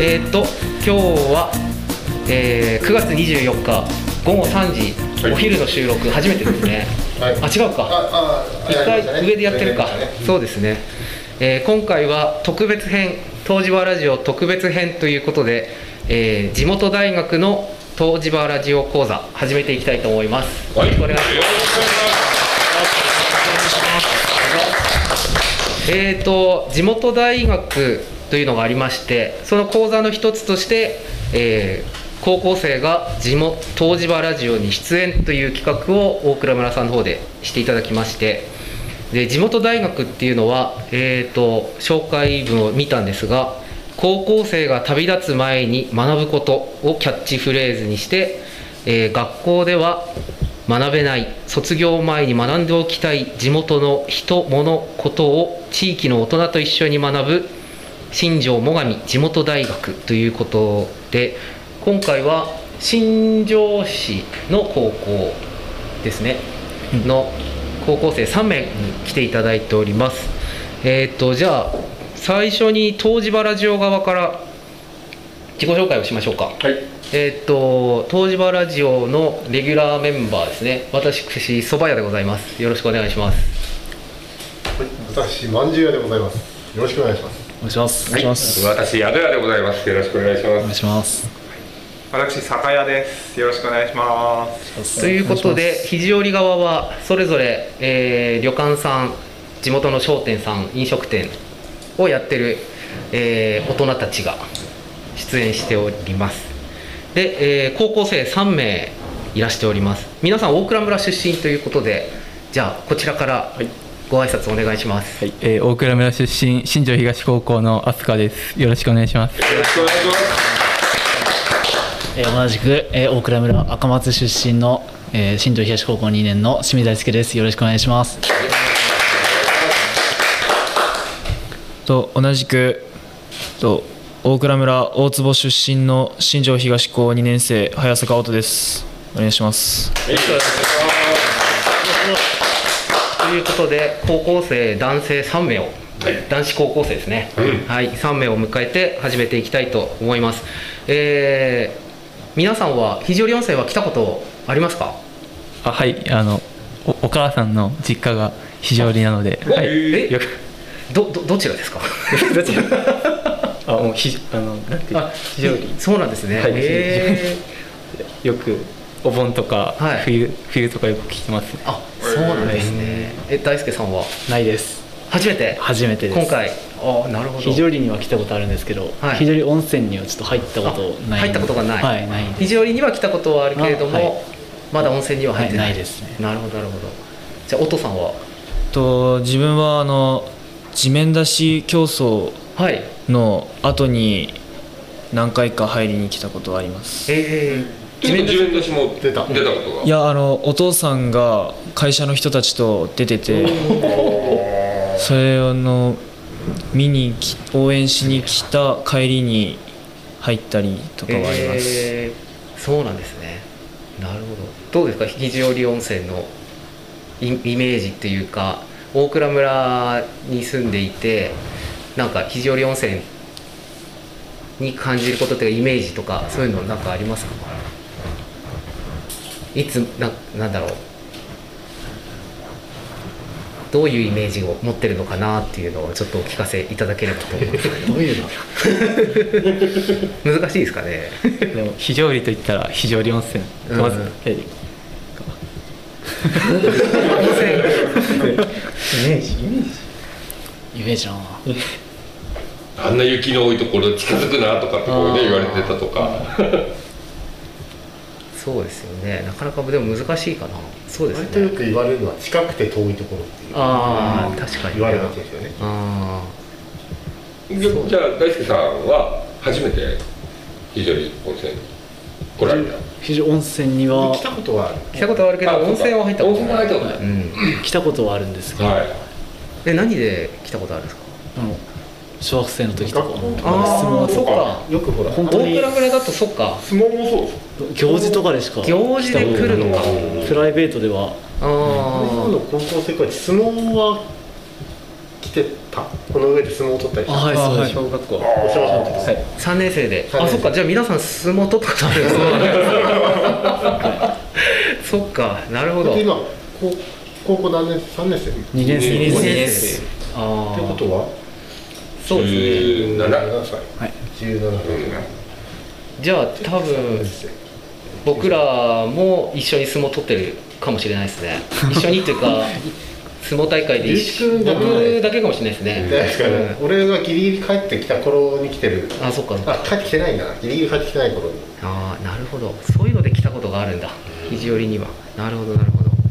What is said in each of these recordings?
今日は、9月24日午後3時、お昼の収録初めてですね。あ、違うか。一回上でやってるか。そうですね。今回は特別編、東芝ラジオ特別編ということで、地元大学の東芝ラジオ講座始めていきたいと思います。よろしくお願いします。地元大学というのがありまして、その講座の一つとして、高校生が東芝ラジオに出演という企画を大倉村さんの方でしていただきまして、で地元大学っていうのは、紹介文を見たんですが、高校生が旅立つ前に学ぶことをキャッチフレーズにして、学校では学べない、卒業前に学んでおきたい地元の人物ことを地域の大人と一緒に学ぶ新庄最上地元大学ということで、今回は新庄市の高校ですね、の高校生3名に来ていただいております。じゃあ最初に東芝ラジオ側から自己紹介をしましょうか。はい。東芝ラジオのレギュラーメンバーですね。私蕎麦屋でございます。よろしくお願いします。 はい、私まんじゅう屋でございます。よろしくお願いします。 お願いします。 はい、私宿屋でございます。よろしくお願いします。 お願いします。 私酒屋です。よろしくお願いします。 ということで、肘折側はそれぞれ、旅館さん、地元の商店さん、飲食店をやってる、大人たちが出演しております。で、高校生3名いらしております。皆さん大倉村出身ということで、じゃあこちらからご挨拶お願いします。 はい、大倉村出身、新庄東高校の飛鳥です。よろしくお願いします。 よろしくお願いします。 同じく、大倉村赤松出身の、新庄東高校2年の清水大輔です。よろしくお願いします。 同じく大倉村大坪出身の新庄東高2年生早坂音です。お願いします。 ということで、高校生男性3名を、男子高校生ですね、はい、3名を迎えて始めていきたいと思います。皆さんは肘折温泉は来たことありますか？ はい、お母さんの実家が肘折なので、はい、 どちらですか？ どちら？もう肘折。 そうなんですね。はい、 よくお盆とか、 はい、 冬とかよく来てます。 あ、そうなんですね。大輔さんは？ ないです。 初めてです。今回。あ、なるほど。 肘折には来たことあるんですけど、肘折温泉にはちょっと入ったことない。 入ったことがない。 はい、ないです。 肘折には来たことはあるけれども、まだ温泉には入ってない。 ないですね。 なるほどなるほど。じゃあ音さんは？ 自分は地面出し競争の後に何回か入りに来たことはあります。 地面出しも出たことが？ いや、お父さんが会社の人たちと出てて、それを見に応援しに来た帰りに入ったりとかはあります。 そうなんですね。なるほど。どうですか、肘折温泉のイメージっていうか、大倉村に住んでいて、なんか肘折温泉に感じることっていうか、イメージとかそういうのなんかありますか？なんだろう、どういうイメージを持ってるのかなっていうのをちょっとお聞かせいただければと思います。 どういうの？難しいですかね。 でも肘折といったら肘折温泉、まずイメージな。 あんな雪の多いところ近づくなとかってこうね言われてたとか。 そうですよね。なかなかでも難しいかな。そうですね。 割とよく言われるのは近くて遠いところっていう。 ああ、確かに言われがちですよね。 じゃあ大輔さんは初めて肘折温泉に来られた？ 肘折温泉には来たことはある。 来たことはあるけど、温泉は入ったことない。 温泉は入ったことない。 来たことはあるんですが。 何で来たことあるんですか？ 小学生の時とか。 ああ、そっか。 よくほら大倉村だとそっか。 相撲もそうです。 行事とかでしか。 行事で来るのか。 プライベートでは。 今の高校生から相撲は来てこの上で相撲を取ったりしてはい、そうです。 小学校。 お世話になってます。 はい。 3年生で、 三年生あ、そっか、じゃあ皆さん相撲取ったことあるんですそっか、なるほど。 で今高校何年3年生 2年生。 二 2 年年生。 あってことはそうですね。 17 17歳、 はい 17歳、 じゃあ多分僕らも一緒に相撲取ってるかもしれないですね。一緒にっていうか相撲大会でゆうきくんじゃない僕だけかもしれないですね。 確かに、俺がギリギリ帰ってきた頃に来てる。 あ、そっか。 帰ってきてないんだな、ギリギリ帰ってきてない頃に。 ああ、なるほど。そういうので来たことがあるんだ。肘折には。なるほどなるほど。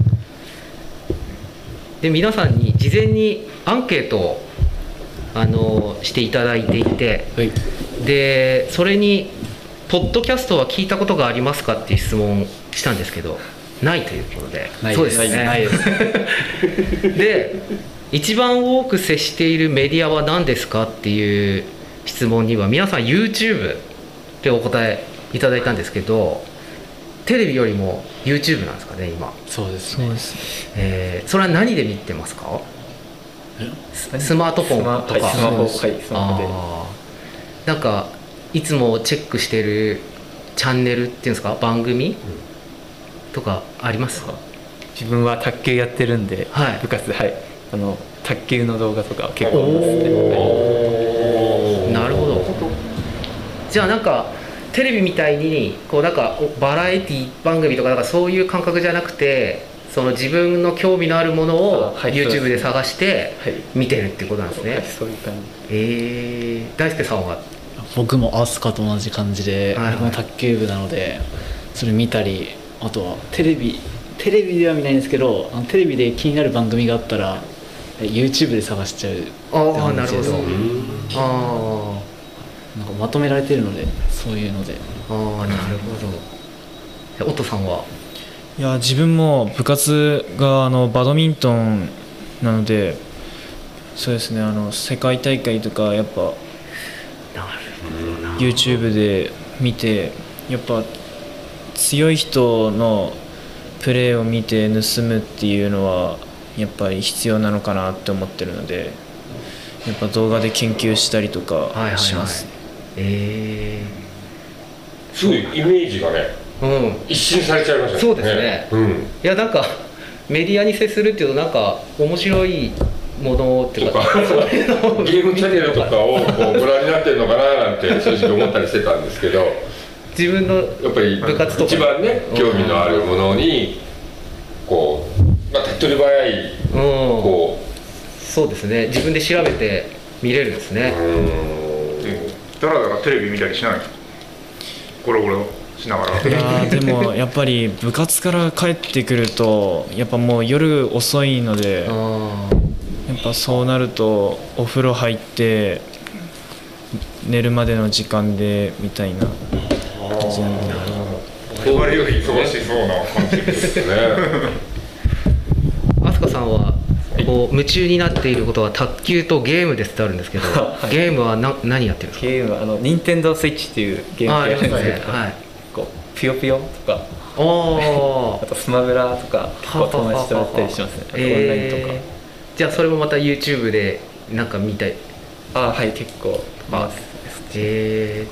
で、皆さんに事前にアンケートをしていただいていて、 はい。 でそれにポッドキャストは聞いたことがありますかっていう質問をしたんですけど、ないということで。 ないですそうですね。 ないですで、一番多く接しているメディアは何ですかっていう質問には皆さん YouTube ってお答えいただいたんですけど、テレビよりも YouTube なんですかね今。 そうです。 そうです。 それは何で見てますか？スマートフォンとか。 はい、スマホ、はい、スマホで。 あーなんかいつもチェックしてるチャンネルっていうんですか、番組、とかありますか？ 自分は卓球やってるんで、 はい部活で、はい、卓球の動画とか結構見ますね。はいなるほど。じゃあなんかテレビみたいにこうなんかバラエティ番組とかなんかそういう感覚じゃなくて、その自分の興味のあるものをあはい YouTube で探してはい見てるっていうことなんですね。 はい、そういう感じ。 大輔さんは？ 僕もアスカと同じ感じで、 はいはい僕も卓球部なのでそれ見たり、あとはテレビでは見ないんですけど、テレビで気になる番組があったらYouTube で探しちゃうってああ、な感じです。 るほど。あなんかまとめられてるので、そういうので。 あ、ああ、なるほど。オットさんは？ いや、自分も部活がバドミントンなので、そうですね、世界大会とかやっぱなるほどな。 YouTube で見て、やっぱ強い人のプレーを見て盗むっていうのはやっぱり必要なのかなって思ってるので、やっぱ動画で研究したりとかします。 すごいイメージがね、一新されちゃいましたね。 そうですねいや、なんかメディアに接するっていうとなんか面白いものっていうか、そういうのをゲームチャンネルとかをこうご覧になってるのかななんて正直思ったりしてたんですけど、 自分のやっぱり部活とか一番ね興味のあるものにこう、手っ取り早いこそうですね、自分で調べて見れるんですね。 だらだらテレビ見たりしないの？ゴロゴロしながら。 いやーでもやっぱり部活から帰ってくるとやっぱもう夜遅いので、やっぱそうなるとお風呂入って寝るまでの時間でみたいな感じなんで。 我々より忙しそうな感じですうね。 飛鳥さんはこう夢中になっていることは卓球とゲームですってあるんですけど、 はいゲームは何やってるんですか？ ゲームは任天堂スイッチっていうゲーム機があるんですけど、 はい。 こうぷよぷよとか、 おあとスマブラとか結構友達とやったりしますね。あとオンラインとか。 じゃあそれもまた YouTube でなんか見たい。 はい、結構見ます。 で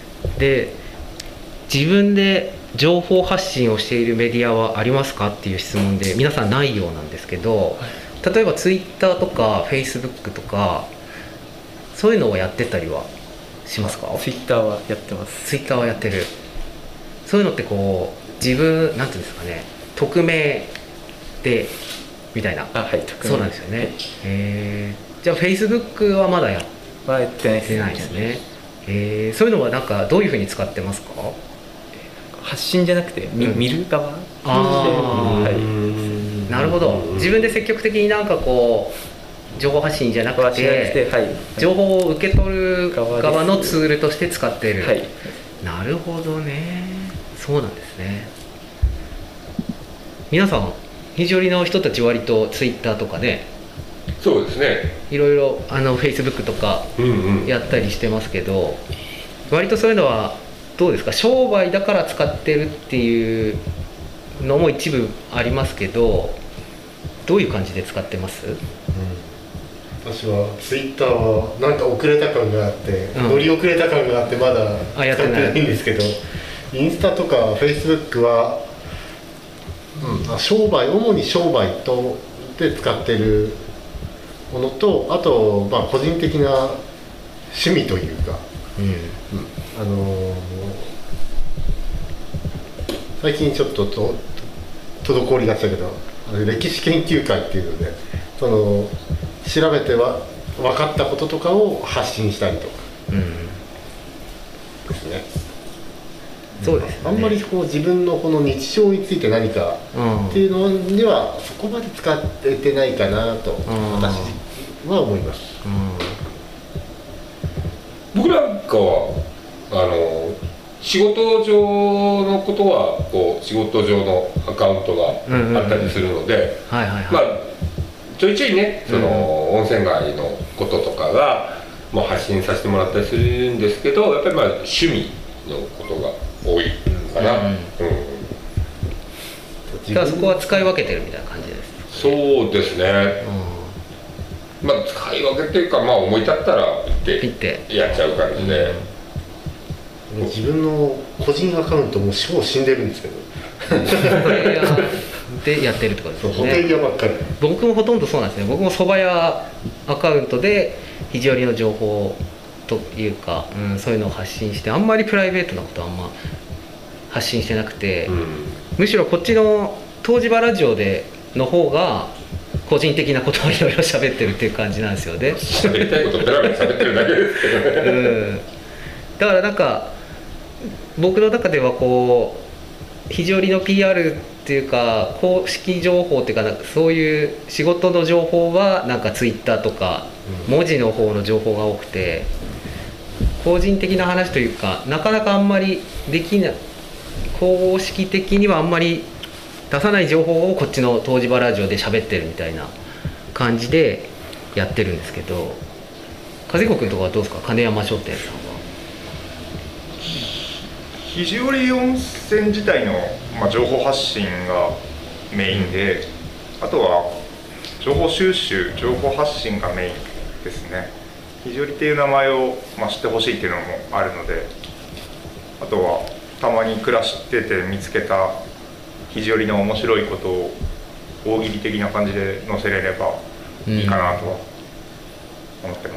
自分で情報発信をしているメディアはありますかっていう質問で、皆さんないようなんですけど、例えば Twitter とか Facebook とかそういうのをやってたりはしますか？ ツイッターはやってます。 Twitter はやってる。そういうのってこう自分なんていうんですかね、匿名でみたいな。 はい、特そうなんですよね。じゃあ Facebook はまだやっはやってないてないですね。そういうのはなんかどういうふうに使ってますか？ 発信じゃなくて見る側として、はい、 なるほど。自分で積極的になんかこう情報発信じゃなくはしなくて、 て、 はい、 情報を受け取る側側のツールとして使っている。 はい、 なるほどね。そうなんですね。皆さん肘折の人たち割と Twitter とかね、 そうですね。 いろいろFacebook とかやったりしてますけど、割とそういうのはどうですか？商売だから使ってるっていうのも一部ありますけど、どういう感じで使ってます？ 私はツイッターはなんか遅れた感があって、乗り遅れた感があってまだ使ってないんですけど、インスタとかフェイスブックは、主に商売とで使ってるものと、あと個人的な趣味というか、最近ちょっと滞りがちだけど、歴史研究会っていうので調べては分かったこととかを発信したりとかですね。 そうですね。 あんまり自分のこの日常について何かっていうのにはそこまで使ってないかなと私は思います。 僕なんかは仕事上のことは仕事上のアカウントがあったりするので、ちょいちょいね温泉街のこととかが発信させてもらったりするんですけど、やっぱり趣味のことが多いかな。 だからそこは使い分けてるみたいな感じです。 そうですね。使い分けっていうか思い立ったらピッてやっちゃう感じで。 自分の個人アカウントもう死んでるんですけど。 でやってるってことですね。 ホテル屋ばっかり。 僕もほとんどそうなんですね。僕も蕎麦屋アカウントで肘折の情報というか、そういうのを発信して、あんまりプライベートなことはあんま発信してなくて、むしろこっちの東芝ラジオでの方が個人的なことをいろいろ喋ってるっていう感じなんですよね。 喋りたいことベラベラ喋ってるだけですけどね。 だからなんか僕の中では肘折の PR っていうか公式情報っていうか、そういう仕事の情報はなんかツイッターとか文字の方の情報が多くて、個人的な話というかなかなかあんまりできない、公式的にはあんまり出さない情報をこっちの東芝ラジオで喋ってるみたいな感じでやってるんですけど、和彦君とかはどうですか？金山商店さんは。 肘折温泉自体の、情報発信がメインで、あとは情報収集、情報発信がメインですね。肘折っていう名前を、知ってほしいっていうのもあるので、あとはたまに暮らしてて見つけた肘折の面白いことを大喜利的な感じで載せれればいいかなとは思ってます。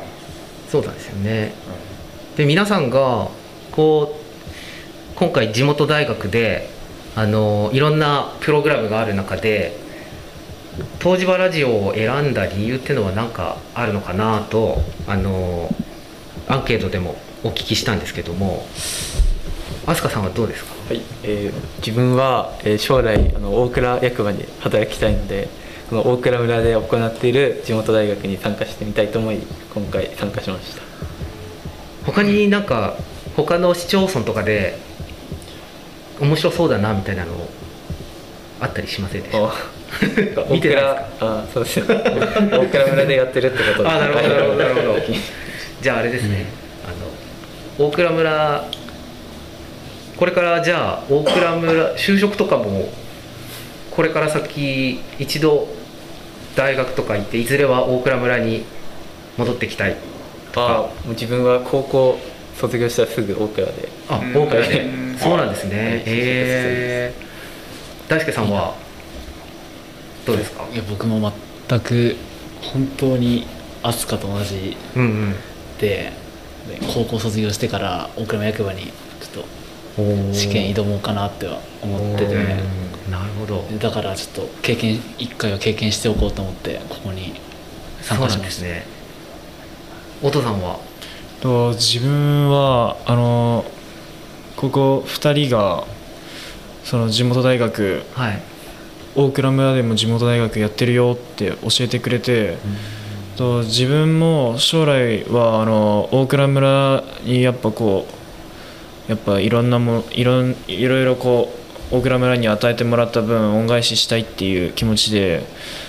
そうなんですよね。で皆さんが今回地元大学でいろんなプログラムがある中で東芝ラジオを選んだ理由っていうのは何かあるのかなとアンケートでもお聞きしたんですけども、飛鳥さんはどうですか？ はい、自分は将来大倉役場に働きたいので、この大倉村で行っている地元大学に参加してみたいと思い今回参加しました。 他になんか他の市町村とかで面白そうだなみたいなのあったりしませんでした？見てないですか？ そうですよね。大倉村でやってるってことで。 なるほどじゃああれですね、大倉村これからじゃあ大倉村就職とかもこれから先一度大学とか行っていずれは大倉村に戻ってきたいとか。 もう自分は高校卒業したらすぐ大倉で。 大倉で。そうなんですね。大輔さんはどうですか？ いや僕も全く本当に飛鳥と同じで、高校卒業してから大倉役場にちょっと試験挑もうかなっては思ってて、 なるほど。 だからちょっと一回は経験しておこうと思ってここに参加しました。 お父さんは？ 自分はここ2人がその地元大学、大倉村でも地元大学やってるよって教えてくれて、自分も将来は大倉村にやっぱいろんなもいろいろ大倉村に与えてもらった分恩返ししたいっていう気持ちで、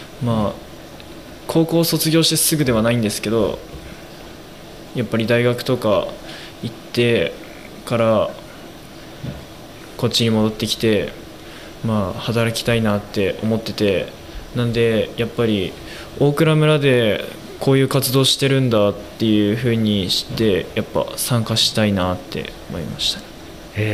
高校卒業してすぐではないんですけど、やっぱり大学とか行ってからこっちに戻ってきて、働きたいなって思ってて、なんでやっぱり大倉村でこういう活動してるんだっていうふうにしてやっぱ参加したいなって思いました。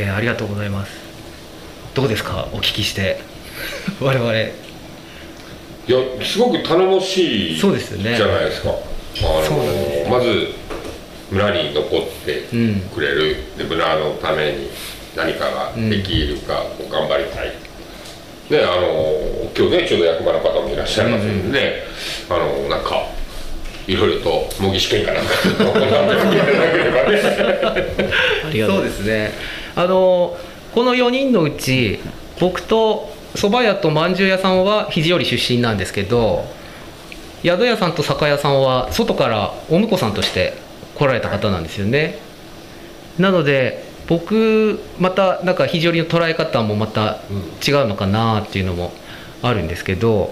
ありがとうございます。どうですか、お聞きして我々。いや、すごく頼もしいじゃないですか。まず村に残ってくれる、で村のために何かができるか頑張りたい、で今日ねちょうど役場の方もいらっしゃいますので、なんかいろいろと模擬試験かなんか行っていただければねそうですね。この4人のうち僕と蕎麦屋とまんじゅう屋さんは肘折出身なんですけど、宿屋さんと酒屋さんは外からお婿さんとして来られた方なんですよね。なので僕またなんか肘折の捉え方もまた違うのかなっていうのもあるんですけど、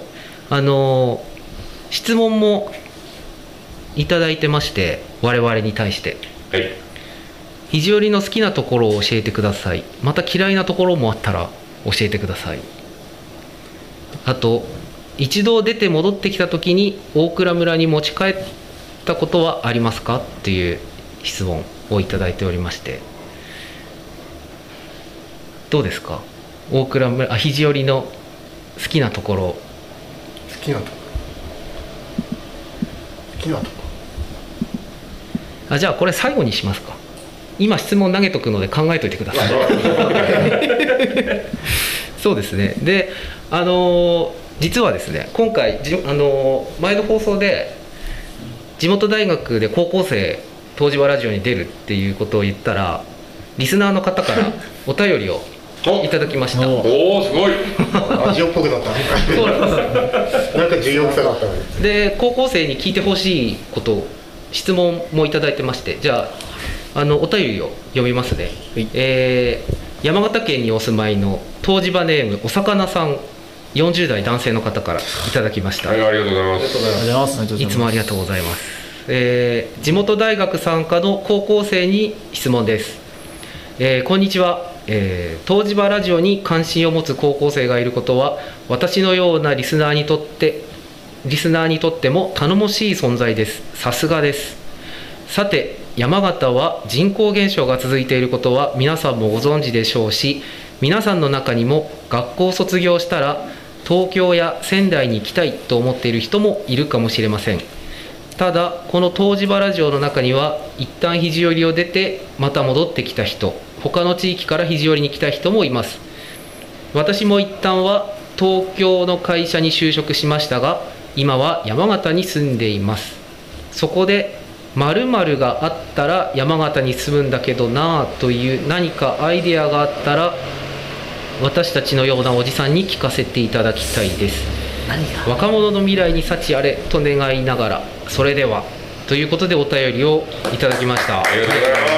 質問もいただいてまして、我々に対して、 はい、 肘折の好きなところを教えてください、また嫌いなところもあったら教えてください、あと一度出て戻ってきた時に大蔵村に持ち帰ったことはありますかっていう質問をいただいておりまして、どうですか、大蔵村肘折の好きなところ。 好きなところ、 じゃあこれ最後にしますか。今質問投げとくので考えといてくださいそうですね。で実はですね、今回前の放送で地元大学で高校生東芝ラジオに出るっていうことを言ったら、リスナーの方からお便りをいただきました。 おお、すごいラジオっぽくなったそうなんですなんか重要さだったので、高校生に聞いてほしいこと質問もいただいてまして、じゃあお便りを読みますね、山形県にお住まいの東芝ネームお魚さん、40代男性の方からいただきました。 はい、ありがとうございます。 いつもありがとうございます。地元大学参加の高校生に質問です。こんにちは。東芝ラジオに関心を持つ高校生がいることは、私のようなリスナーにとっても頼もしい存在です。さすがです。さて、山形は人口減少が続いていることは皆さんもご存知でしょうし、皆さんの中にも学校を卒業したら東京や仙台に行きたいと思っている人もいるかもしれません。ただこの東芝ラジオの中には一旦肘折を出てまた戻ってきた人、他の地域から肘折に来た人もいます。私も一旦は東京の会社に就職しましたが、今は山形に住んでいます。そこで〇〇があったら山形に住むんだけどなぁという何かアイデアがあったら私たちのようなおじさんに聞かせていただきたいです。若者の未来に幸あれと願いながら、それではということでお便りをいただきました。ありがとうございます。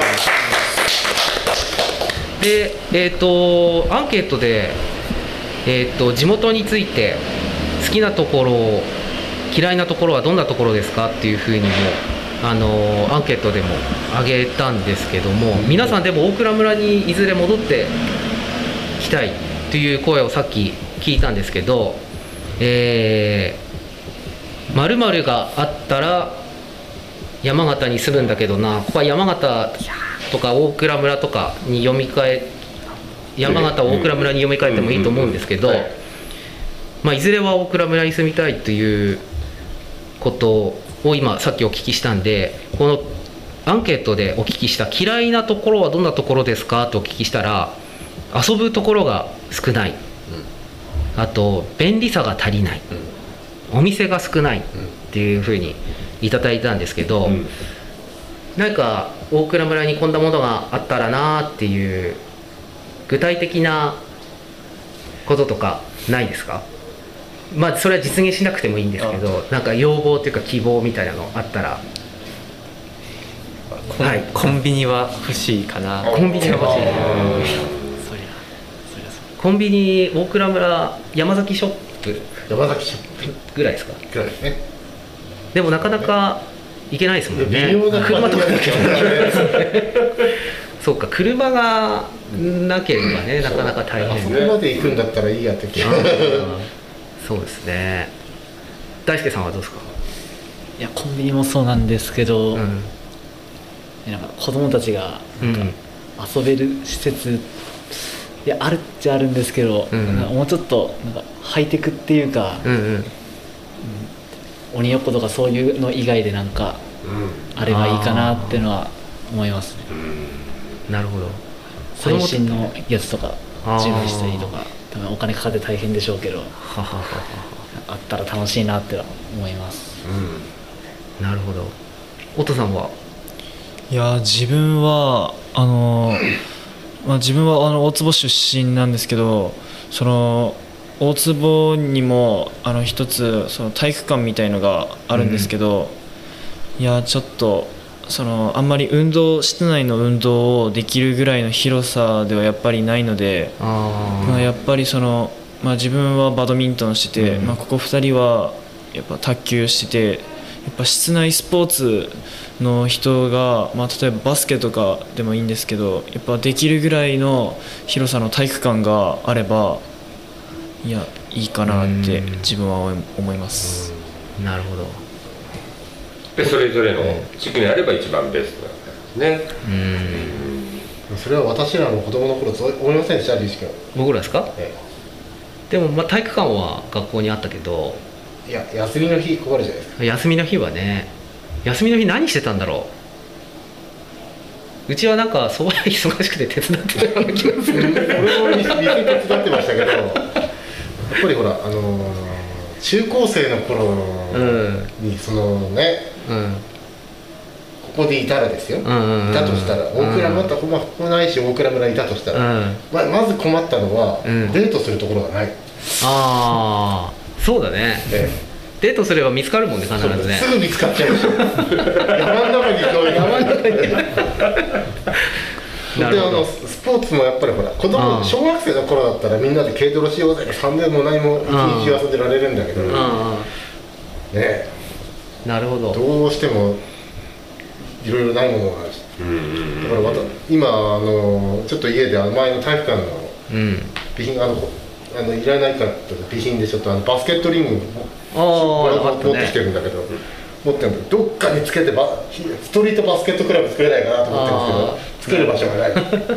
で、アンケートで、地元について好きなところ、嫌いなところはどんなところですかっていうふうにもアンケートでも挙げたんですけども、皆さんでも大蔵村にいずれ戻ってきたいという声をさっき聞いたんですけど、〇〇があったら山形に住むんだけどな、ここは山形とか大蔵村とかに読み替え、山形を大蔵村に読み替えてもいいと思うんですけど、いずれは大蔵村に住みたいということを今さっきお聞きしたんで、このアンケートでお聞きした嫌いなところはどんなところですかとお聞きしたら、遊ぶところが少ない、あと便利さが足りない、お店が少ないっていうふうにいただいたんですけど、なんか大蔵村にこんなものがあったらなっていう具体的なこととかないですか？それは実現しなくてもいいんですけど、なんか要望というか希望みたいなのあったら。 コンビニは欲しいかな。 コンビニが欲しい。コンビニ大蔵村山崎ショップぐらいですか？ ぐらいですね。 でもなかなか行けないですもんね。 微妙な車とかだけどそうか、車がなければね、なかなか大変。 そこまで行くんだったらいいやって気がそうですね。大輔さんはどうですか？ いやコンビニもそうなんですけど、なんか子供たちがなんか遊べる施設、いやあるっちゃあるんですけど、なんかもうちょっとなんかハイテクっていうか、鬼横とかそういうの以外でなんかあればいいかなっていうのは思いますね。 なるほど。 最新のやつとか準備したりとか、多分お金かかって大変でしょうけど、あったら楽しいなっては思います。 なるほど。音さんは？ いや自分は自分は大坪出身なんですけど、その大坪にも一つその体育館みたいのがあるんですけど、いやちょっとあんまり室内の運動をできるぐらいの広さではやっぱりないので、やっぱり自分はバドミントンしてて、ここ2人はやっぱ卓球してて、やっぱ室内スポーツの人が、例えばバスケとかでもいいんですけど、やっぱできるぐらいの広さの体育館があればいいかなって自分は思います。 なるほど。 でそれぞれの地区にあれば一番ベストなんですね。 それは私らの子供の頃そう思いませんでした？リュウジ君。 僕らですか？でも体育館は学校にあったけど、 いや休みの日困るじゃないですか。 休みの日はね、休みの日何してたんだろう。うちはなんかそうや忙しくて手伝ってたような気がする。 俺も店手伝ってましたけど、やっぱりほら中高生の頃にここでいたらですよ、いたとしたら大倉村ここないし大倉村いたとしたら、まず困ったのはデートするところがない。 ああそうだね。デートすれば見つかるもんね、必ずね。 すぐ見つかっちゃうでしょ。山の中に行く。山の中に。でスポーツもやっぱりほら子供小学生の頃だったらみんなで軽泥しようぜ、3年も何も一日遊んでられるんだけどね。 なるほど。 どうしてもいろいろないものがあるし、だから今ちょっと家で前の体育館の備品いらないかって備品でちょっとバスケットリング持ってきてるんだけど、持ってるんだけど、どっかにつけてストリートバスケットクラブ作れないかなと思ってるんですけど、作る場所がない。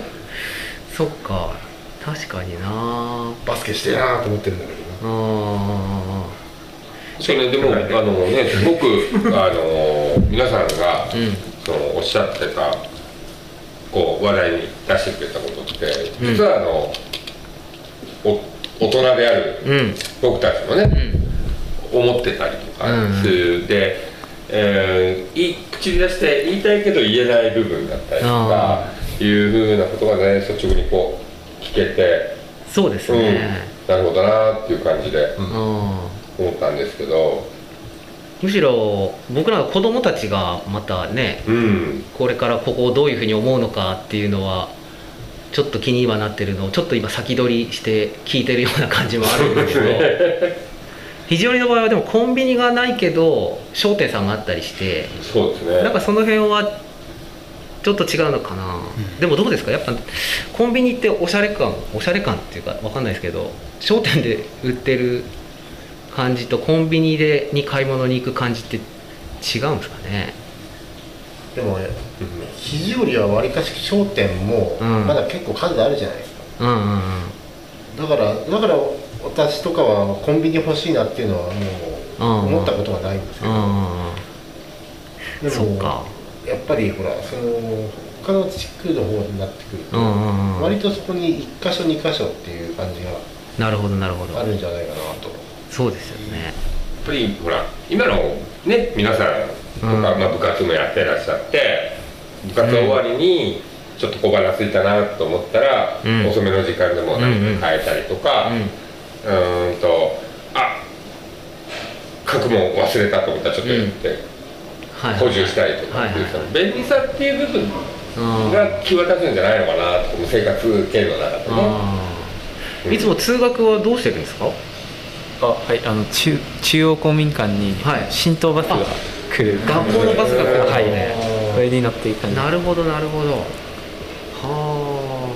そっか、確かにな。 バスケしてなと思ってるんだけどな。 そうね、でもすごく皆さんがおっしゃってた話題に出してくれたことって、実は大人である僕たちもね、思ってたりとかするで、口に出して言いたいけど言えない部分だったりとかいうふうなことがね、率直に聞けて、 そうですね、 なるほどなっていう感じで思ったんですけど、 むしろ僕らの子供たちがまたね、これからここをどういうふうに思うのかっていうのはちょっと気にはなってるのをちょっと今先取りして聞いてるような感じもあるんですけど肘折の場合はでもコンビニがないけど商店さんがあったりして、 そうですね、 なんかその辺はちょっと違うのかな、でもどうですか、やっぱコンビニっておしゃれ感っていうかわかんないですけど、商店で売ってる感じとコンビニに買い物に行く感じって違うんですかね。 でも肘折はわりかし商店もまだ結構数あるじゃないですか。だから私とかはコンビニ欲しいなっていうのはもう思ったことはないんですけど、でもやっぱりほら他の地区の方になってくると割とそこに1箇所2箇所っていう感じがあるんじゃないかなと。 そうですよね。 やっぱりほら今のね皆さんとか、部活もやってらっしゃって、部活終わりにちょっと小腹空いたなと思ったら、遅めの時間でも何か変えたりとか、書くもん忘れたと思ったらちょっと言って補充したりとかっていう、その便利さっていう部分が際立つんじゃないのかなと、生活圏の中でね。 いつも通学はどうしてるんですか？ はい、中央公民館に新東バスが来る、 学校のバスが来る、 はい、それに乗っていく感じ。 なるほどなるほど。はあ、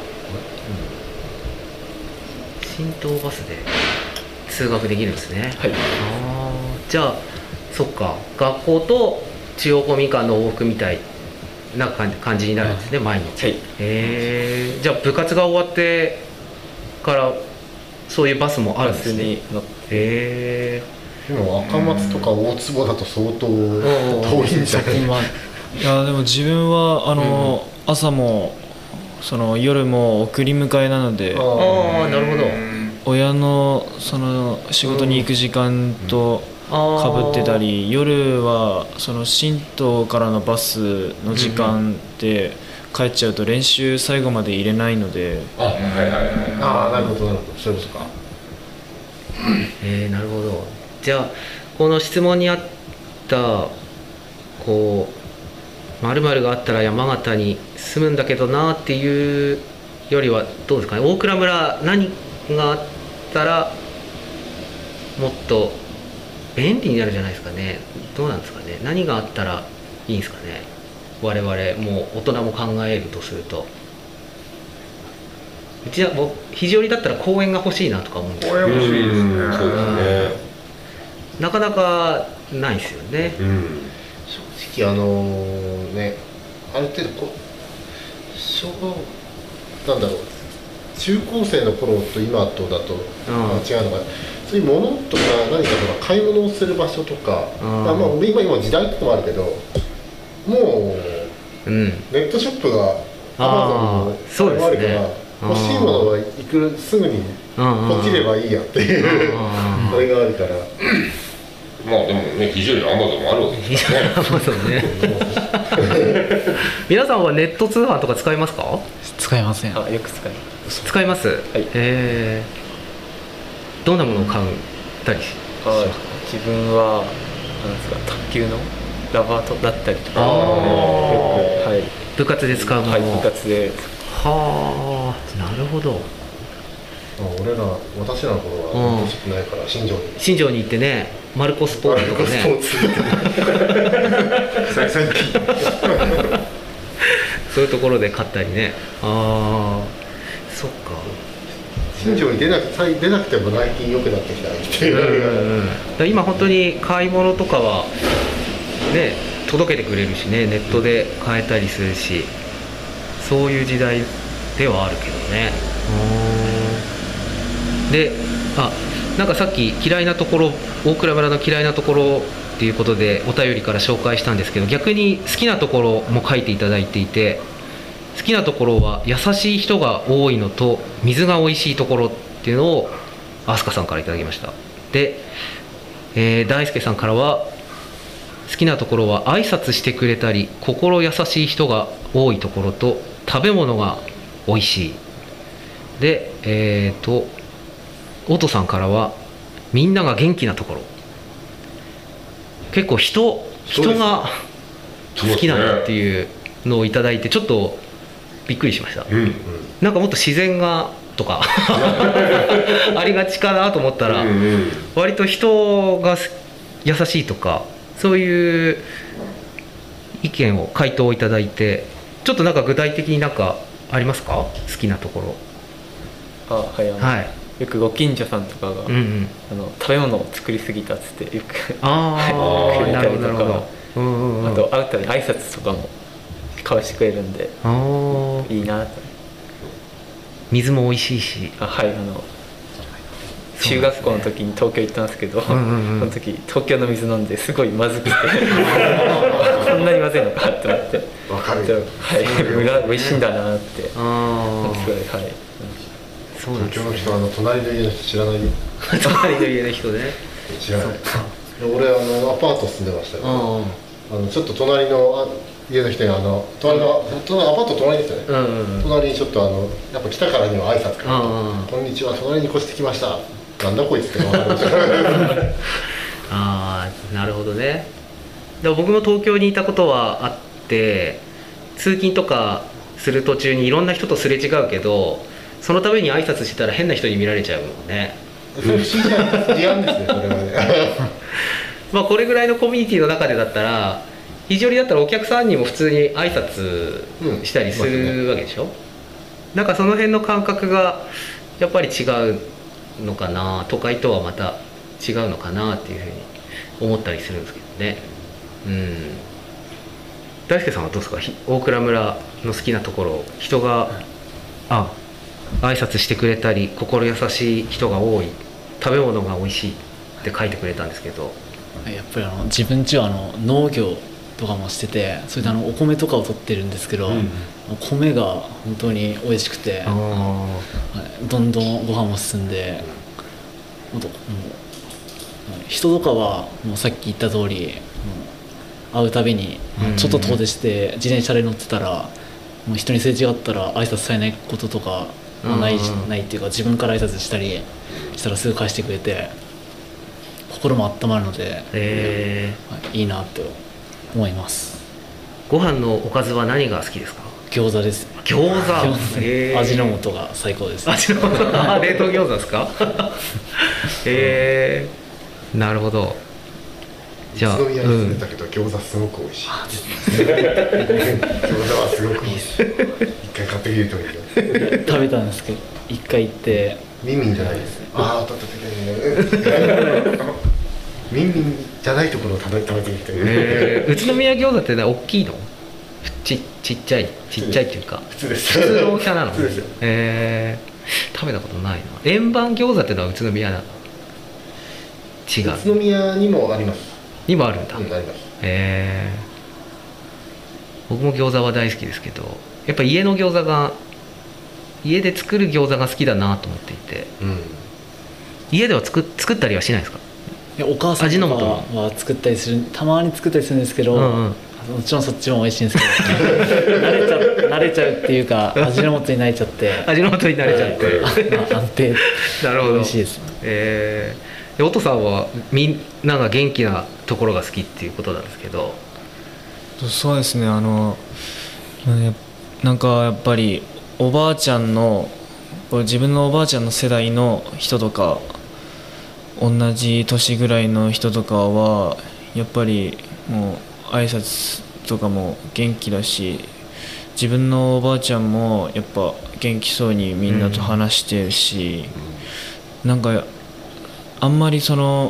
新東バスで通学できるんですね。 はい。 じゃあそっか、学校と中央公民館の往復みたいな感じになるんですね、毎日。はい、じゃあ部活が終わってからそういうバスもあるんですね。 でも赤松とか大坪だと相当遠いんじゃない？ いやでも自分は朝もその夜も送り迎えなので、 ああなるほど。 親のその仕事に行く時間とかぶってたり、夜はその新島からのバスの時間で帰っちゃうと練習最後まで入れないので、 なるほどなるほど、そういうことか。 なるほど。じゃあこの質問にあったこう〇〇があったら山形に住むんだけどなっていうよりはどうですかね、大蔵村何があったらもっと便利になるじゃないですかね。どうなんですかね、何があったらいいんですかね、我々もう大人も考えるとすると。うちは僕肘折だったら公園が欲しいなとか思うんですよ。 公園欲しいですね。 そうですね。 なかなかないですよね。 正直ね、ある程度なんだろう、中高生の頃と今とだと違うのが、そういうものとか何かとか買い物をする場所とか、今時代ってのもあるけど、もう、ネットショップがAmazonもあるから、欲しいものはすぐにポチればいいやっていうそれがあるから。 まあでもね、非常にアマゾンもあるわけですからね。 アマゾンね。皆さんはネット通販とか使いますか？ 使いません。 よく使います。 使います。はい。どんなものを買ったりしますか？ 自分はなんですか、卓球のラバーだったりとか、 部活で使うもの。 部活で。 はあ、なるほど。 私らの頃は欲しくないから新庄に行ってね、マルコスポーツとかね。そういうところで買ったりね。ああ、そっか。 新庄に出なくても内勤良くなってきたっていう。 今本当に買い物とかはね届けてくれるしね、ネットで買えたりするし、そういう時代ではあるけどね。で、なんかさっき嫌いなところ、大蔵村の嫌いなところっていうことでお便りから紹介したんですけど、逆に好きなところも書いていただいていて、好きなところは優しい人が多いのと水が美味しいところっていうのを飛鳥さんからいただきました。で、大輔さんからは好きなところは挨拶してくれたり心優しい人が多いところと食べ物が美味しい。で、音さんからはみんなが元気なところ。結構人が好きなんだっていうのをいただいてちょっとびっくりしました。なんかもっと自然がとかありがちかなと思ったら、割と人が優しいとかそういう意見を回答をいただいて、ちょっとなんか具体的になんかありますか？好きなところ。 よくご近所さんとかが、食べ物を作りすぎたっつってよくくれたりとか、あと会うたびに挨拶とかも交わしてくれるんでいいなと。 水も美味しいし。 中学校の時に東京行ったんですけど、その時東京の水飲んですごいまずくてこんなにまずいのかって思って、 分かる。 美味しいんだなってすごい。 東京の人は隣の家の人知らないよ。 隣の家の人ね。 知らない。俺アパート住んでましたけど、ちょっと隣の家の人に隣のアパート隣ですよね。隣にちょっとやっぱ来たからには挨拶から「こんにちは、隣に越してきました」なんだこいつって分かりました。 なるほどね。でも僕も東京にいたことはあって、通勤とかする途中にいろんな人とすれ違うけど、そのために挨拶してたら変な人に見られちゃうもんね。 それ不思議な事案ですね、それはね。 まあこれぐらいのコミュニティの中でだったら、肘折だったらお客さんにも普通に挨拶したりするわけでしょ。なんかその辺の感覚がやっぱり違うのかな。都会とはまた違うのかなっていうふうに思ったりするんですけどね。大輔さんはどうですか？大倉村の好きなところ、人が挨拶してくれたり心優しい人が多い、食べ物が美味しいって書いてくれたんですけど、 やっぱり自分家は農業とかもしてて、それでお米とかを取ってるんですけど、米が本当に美味しくて、どんどんご飯も進んで、人とかはもうさっき言った通り、会うたびにちょっと遠出して自転車で乗ってたら、もう人にすれ違ったら挨拶されないこととかないっていうか、自分から挨拶したりしたらすぐ返してくれて心も温まるので、いいなと思います。 ご飯のおかずは何が好きですか？ 餃子です。 餃子、 味の素が最高です。 味の素冷凍餃子ですか？なるほど。 じゃあ宇都宮に住んでたけど、餃子すごく美味しい。餃子はすごくいいです。一回買ってみるといいよ。 食べたんですけど、一回行ってミンミンじゃないですね。ミンミンじゃないところを食べてみて。 宇都宮餃子って大きいの？ちっちゃいっていうか普通です。 普通の大きさなの？ 普通ですよ。 食べたことないな。円盤餃子っていうのは宇都宮なの？違う。 宇都宮にもあります。 にもあるんだ。 あります。 僕も餃子は大好きですけど、やっぱ家の餃子が、家で作る餃子が好きだなと思っていて、家では作ったりはしないですか？ お母さんとかは作ったりする、たまに作ったりするんですけど、もちろんそっちも美味しいんですけど慣れちゃうっていうか、味の素に慣れちゃって味の素に慣れちゃって安定なるほど。 美味しいですね。おとさんはみんなが元気なところが好きっていうことなんですけど。 そうですね、なんかやっぱりおばあちゃんの、自分のおばあちゃんの世代の人とか同じ年ぐらいの人とかはやっぱりもう挨拶とかも元気だし、自分のおばあちゃんもやっぱ元気そうにみんなと話してるし、なんかあんまりその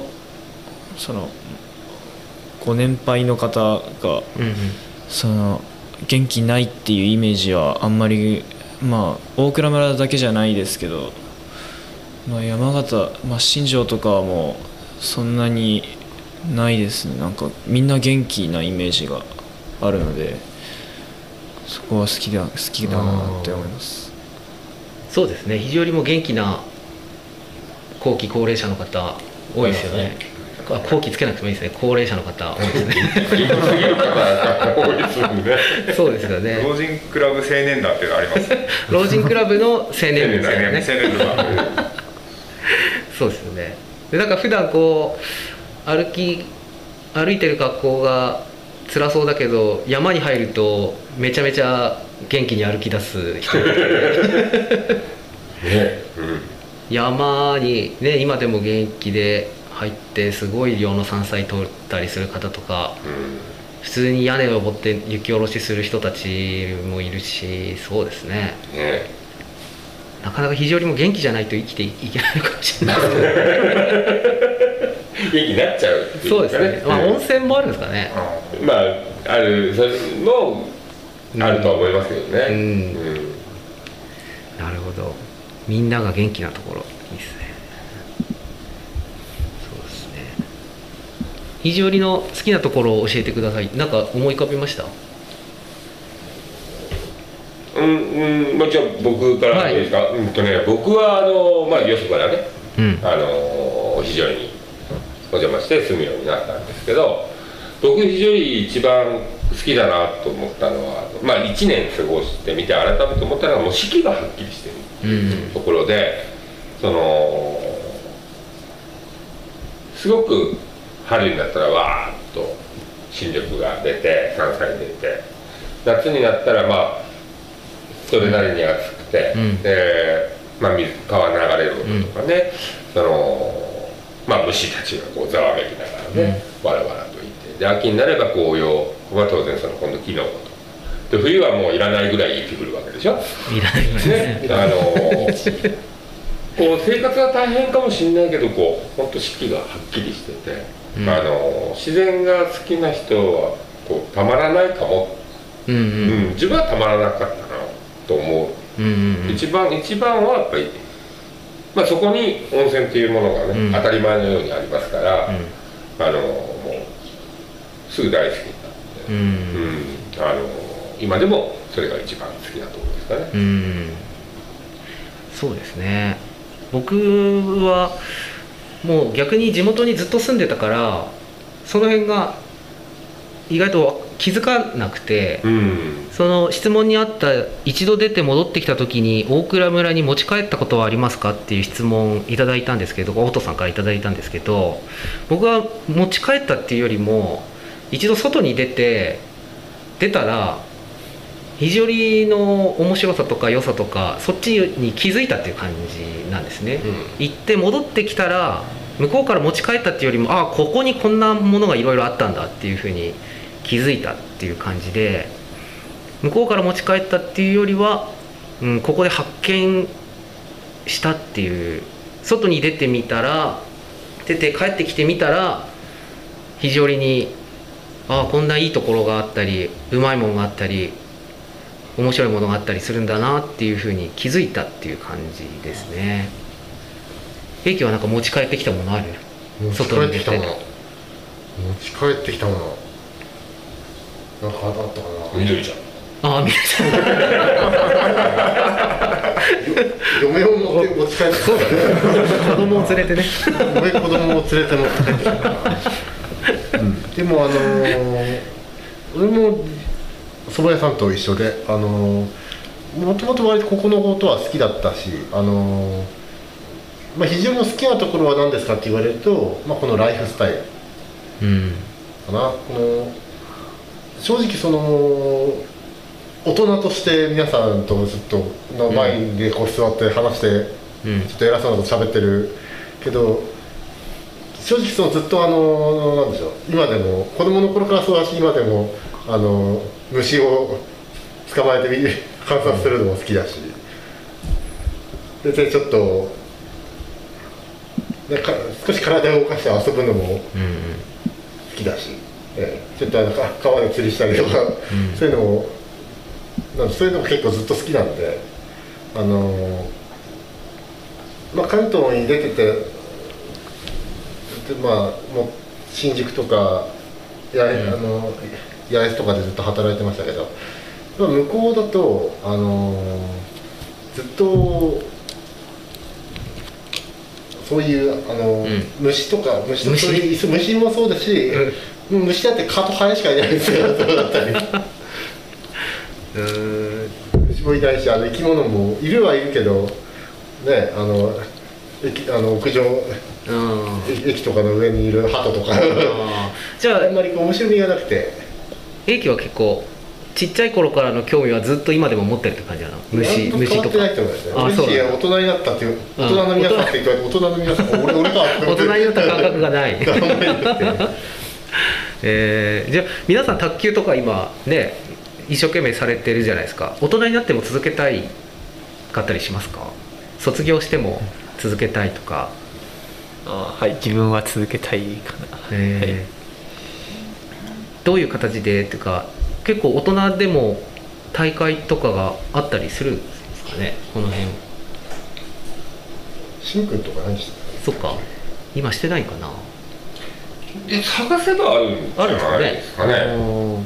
ご年配の方が元気ないっていうイメージはあんまり、大倉村だけじゃないですけど、山形、新庄とかはもうそんなにないですね。なんかみんな元気なイメージがあるので、そこは好きだなって思います。 そうですね、非常にも元気な後期高齢者の方多いですよね。後期つけなくてもいいですね。高齢者の方多いですね。そうですよね。 老人クラブ青年団っていうのあります。 老人クラブの青年ですよね。そうですよね。でなんか普段こう歩いてる格好が辛そうだけど、山に入るとめちゃめちゃ元気に歩き出す人がいて、山にね今でも元気で入ってすごい量の山菜取ったりする方とか、普通に屋根を登って雪下ろしする人たちもいるし、そうですね。なかなか非常にも元気じゃないと生きていけないのかもしれないですけど元気になっちゃうっていうかね。 そうですね。温泉もあるんですかね。 ある、それもあるとは思いますけどね。 なるほど。みんなが元気なところいいですね。そうですね。肘折の好きなところを教えてください。なんか思い浮かびました？ じゃあ僕からいいですか。僕はよそからね、非常にお邪魔して住むようになったんですけど、僕非常に一番好きだなと思ったのは、1年過ごしてみて改めて思ったのは、もう四季がはっきりしてるところで、すごく春になったらわーっと新緑が出て山菜出て、夏になったらそれなりに暑くて、川流れる音とかね、虫たちがこうざわめきながらね、わらわらといて、で秋になれば紅葉は当然今度キノコと、で冬はもういらないぐらい雪降るわけでしょ。 いらないぐらいですね。 こう生活は大変かもしれないけど、こう本当四季がはっきりしてて、自然が好きな人はこうたまらないかも、自分はたまらなかったなと思う。一番はやっぱり、そこに温泉っていうものがね、当たり前のようにありますから、もうすぐ大好きになって、今でもそれが一番好きなところですかね。 そうですね。僕はもう逆に地元にずっと住んでたから、その辺が意外と気づかなくて、その質問にあった一度出て戻ってきた時に大蔵村に持ち帰ったことはありますかっていう質問いただいたんですけど、オトさんからいただいたんですけど、僕は持ち帰ったっていうよりも一度外に出たら肘折の面白さとか良さとかそっちに気づいたっていう感じなんですね。行って戻ってきたら向こうから持ち帰ったっていうよりも、ここにこんなものがいろいろあったんだっていうふうに気づいたっていう感じで、向こうから持ち帰ったっていうよりは、ここで発見したっていう、外に出てみたら帰ってきてみたら肘折にこんないいところがあったりうまいものがあったり面白いものがあったりするんだなっていうふうに気づいたっていう感じですね。英樹はなんか持ち帰ってきたものある？ 外に出て持ち帰ってきたものなんかあったかな。 みどりちゃん。 みどりちゃん。 嫁を持ち帰ってきた。 子供を連れてね。 子供を連れて持って帰ってきた。でも俺も蕎麦屋さんと一緒でもともと割とここのことは好きだったし、非常に好きなところは何ですかって言われると、このライフスタイルかな。正直大人として皆さんとずっとの前でこう座って話して、ちょっと偉そうなこと喋ってるけど、正直ずっとなんでしょう、今でも子供の頃からそうだし、今でも虫を捕まえて観察するのも好きだし、でちょっと少し体を動かして遊ぶのも好きだし、ちょっと川で釣りしたりとか、そういうのも結構ずっと好きなんで、関東に出ててもう新宿とか八重洲とかでずっと働いてましたけど、向こうだとずっとそういう虫とか虫もそうだし、虫だって蚊とハエしかいないんですよ。そうだったり虫もいないし、生き物もいるはいるけどね、屋上駅とかの上にいる鳩とかじゃああんまり面白みがなくて、 英樹は結構ちっちゃい頃からの興味はずっと今でも持ってるって感じなの？虫とか変わってないと思いますね。大人になったっていう、大人の皆さんって言われて、大人の皆さん俺か大人になった感覚がないじゃあ皆さん卓球とか今ね一生懸命されてるじゃないですか。大人になっても続けたいかったりしますか？卒業しても続けたいとか。 はい、自分は続けたいかな。 どういう形でっていうか、結構大人でも大会とかがあったりするんですかね、この辺。 しんくんとか何してた？ そっか、今してないかな。 探せばあるんじゃないですかね。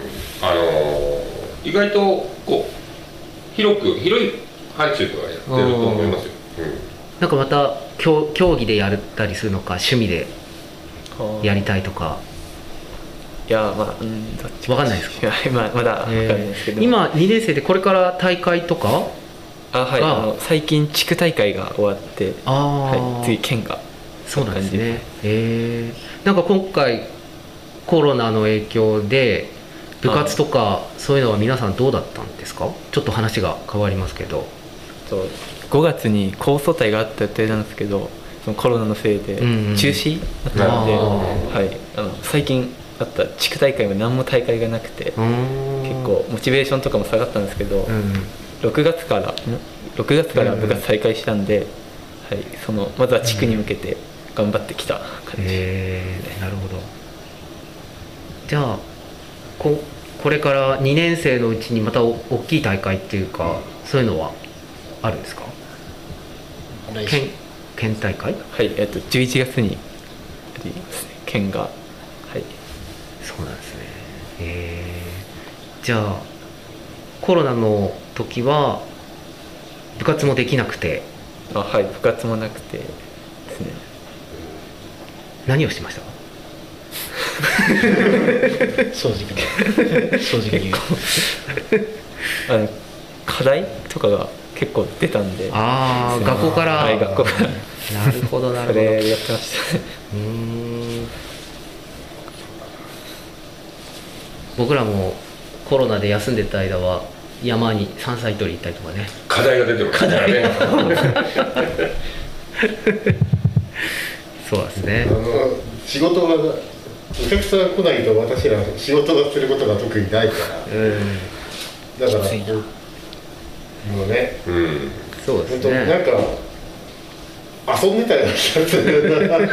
意外とこう広い範疇とかやってると思いますよ。 なんかまた競技でやったりするのか、趣味でやりたいとか。 いやどっち分かんないですか？ まだ分かんないですけど、 今2年生でこれから大会とかはい、最近地区大会が終わって、次県が。 そうなんですね。なんか今回コロナの影響で部活とかそういうのは皆さんどうだったんですか？ちょっと話が変わりますけど。 5月に高層大があった予定なんですけど、そのコロナのせいで中止だったので、最近あった地区大会も何も大会がなくて、結構モチベーションとかも下がったんですけど、6月から部活再開したんで、 はい、まずは地区に向けて頑張ってきた感じですね。 なるほど。じゃあこれから2年生のうちにまた大きい大会っていうか、そういうのはあるんですか？県大会？ はい、11月にありますね、県が。はい。 そうなんですね。じゃあコロナの時は部活もできなくて。 はい、部活もなくてですね。 何をしました？ 正直に課題とかが結構出たんで。 学校から。 はい、学校から。 なるほどなるほど。 それやってましたね。 僕らもコロナで休んでた間は山に山菜採り行ったりとかね。 課題が出てますからね。 そうですね。 仕事がお客さんが来ないと私ら仕事がすることが特にないから、だからもうね、 そうですね。 なんか遊んでたような気がする。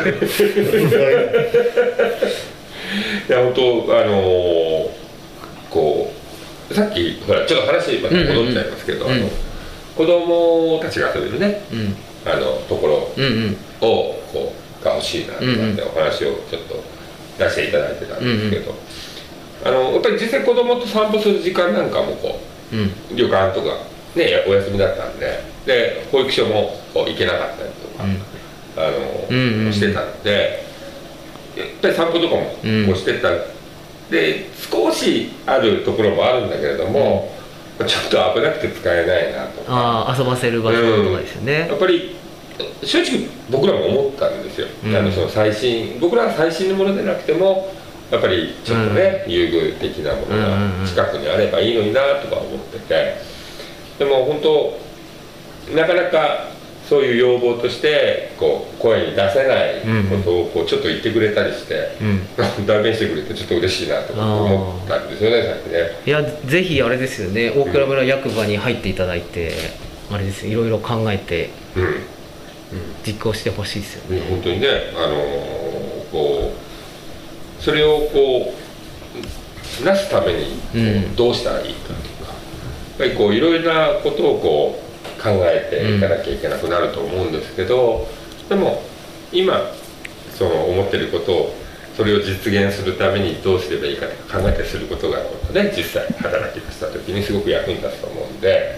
いや本当こうさっきほらちょっと話また戻っちゃいますけど、子供たちが遊べるね、ところをこうが欲しいなってお話をちょっと出していただいてたんですけど、やっぱり実際子供と散歩する時間なんかもこう、旅館とかねお休みだったんで保育所もこう行けなかったりとか、してたんで。やっぱり散歩とかもこうしてた、で少しあるところもあるんだけれども、ちょっと危なくて使えないなとか、 遊ばせる場所とかですよね。 やっぱり正直僕らも思ったんですよ、その僕らは最新のものでなくてもやっぱりちょっとね、優遇的なものが近くにあればいいのになとか思ってて、でも本当なかなかそういう要望としてこう声に出せないことをこうちょっと言ってくれたりして、代弁してくれてちょっと嬉しいなと思ったんですよね、さっきね。 いやぜひあれですよね、大蔵村役場に入っていただいて、あれですよ、いろいろ考えて、実行してほしいですよね。 本当にね、こうそれをこうなすためにどうしたらいいかとか、やっぱりこういろいろなことをこう考えていかなきゃいけなくなると思うんですけど、でも今その思ってることをそれを実現するためにどうすればいいかとか考えてすることがね、実際働き出した時にすごく役に立つと思うんで、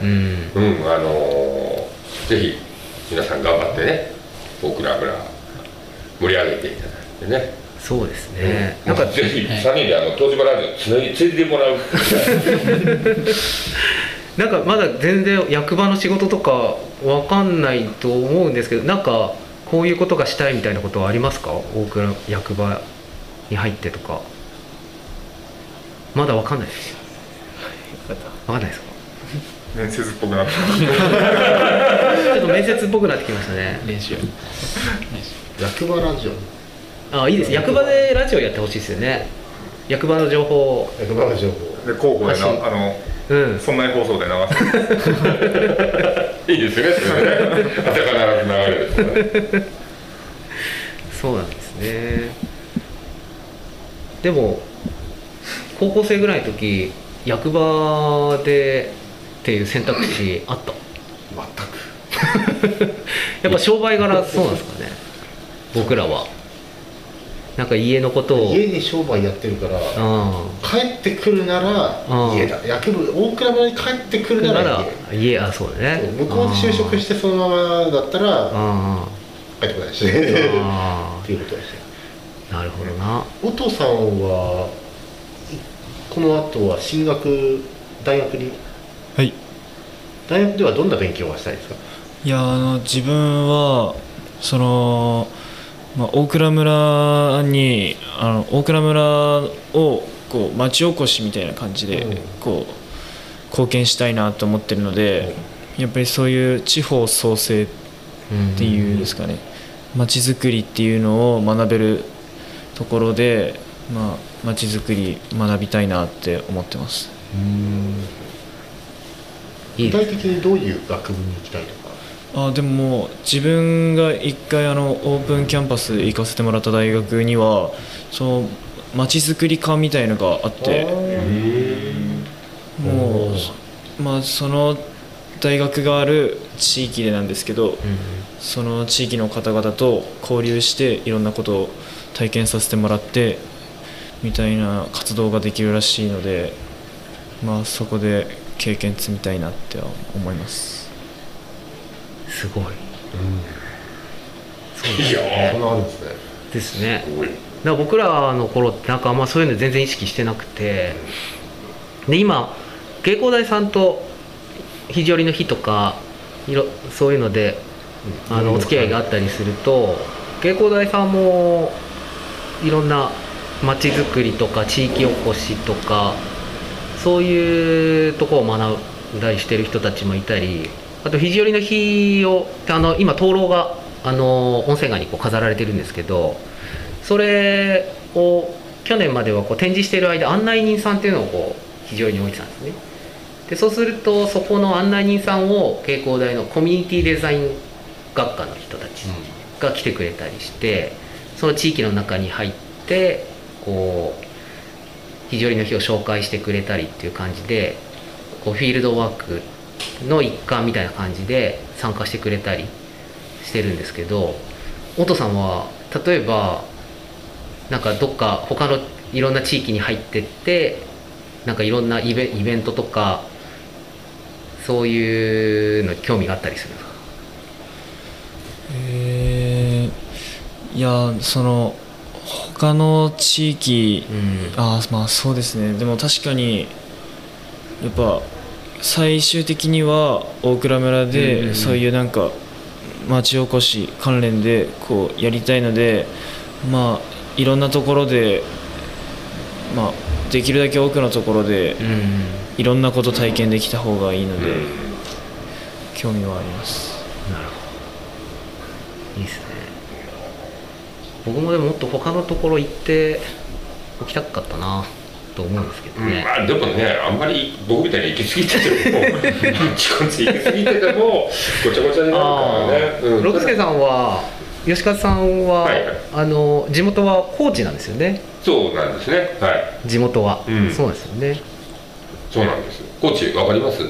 ぜひ皆さん頑張ってね、大蔵村盛り上げていただいてね。 そうですね、 なんかぜひ3人で東芝ラジオついてもらうなんかまだ全然役場の仕事とかわかんないと思うんですけど、なんかこういうことがしたいみたいなことはありますか？大蔵役場に入ってとか。まだわかんないですよ。わかんないですか？ 面接っぽくなってちょっと面接っぽくなってきましたね。 練習役場ラジオ、 いいです。役場でラジオやってほしいですよね。役場の情報で交互でそんな放送で流すいいですよね、それね。必ず流れるですね。 そうなんですね。でも高校生ぐらいの時、役場でっていう選択肢あった？ 全くやっぱ商売柄そうなんですかね。僕らはなんか家のことを家に商売やってるから、帰ってくるなら家だ、大蔵村に帰ってくるなら家、そうだね。 向こうで就職してそのままだったら帰ってこないしっていうことですよ。 なるほどな。 お父さんはこの後は大学に、 はい、 大学ではどんな勉強がしたいですか？ いや自分はその大蔵村に大蔵村をこう町おこしみたいな感じでこう貢献したいなと思ってるので、やっぱりそういう地方創生っていうんですかね、町づくりっていうのを学べるところで、町づくり学びたいなって思ってます。 具体的にどういう学部に行きたいとか？ でも自分が一回オープンキャンパス行かせてもらった大学にはその街づくり科みたいのがあって、もうその大学がある地域でなんですけど、その地域の方々と交流していろんなことを体験させてもらってみたいな活動ができるらしいので、そこで経験積みたいなって思います。 すごい、 そうですね。そんなあるんですね。 ですね。だから僕らの頃ってなんかあんまそういうの全然意識してなくて、で今芸工大さんと肘折の日とかそういうのでお付き合いがあったりすると、芸工大さんもいろんな街づくりとか地域おこしとかそういうところを学んだりしてる人たちもいたり、あと肘折の日を今灯籠が温泉街に飾られてるんですけど、それを去年までは展示している間案内人さんっていうのを肘折に置いてたんですね。でそうするとそこの案内人さんを芸工大のコミュニティデザイン学科の人たちが来てくれたりして、その地域の中に入って肘折の日を紹介してくれたりっていう感じでフィールドワークの一環みたいな感じで参加してくれたりしてるんですけど、音さんは例えばなんかどっか他のいろんな地域に入ってってなんかいろんなイベントとかそういうのに興味があったりするんですか？ いやその他の地域、そうですね。でも確かにやっぱ最終的には大蔵村でそういうなんか町おこし関連でやりたいので、いろんなところでできるだけ多くのところでいろんなこと体験できた方がいいので興味はあります。 なるほど、いいですね。僕もでももっと他のところ行っておきたかったなと思うんですけどね。 でもね、あんまり僕みたいに行き過ぎてても行き過ぎててもごちゃごちゃになるからね。 六輔さんは吉勝さんは、地元は高知なんですよね。 そうなんですね。はい。 地元は、そうなんですよね。 そうなんです。高知わかります？はい。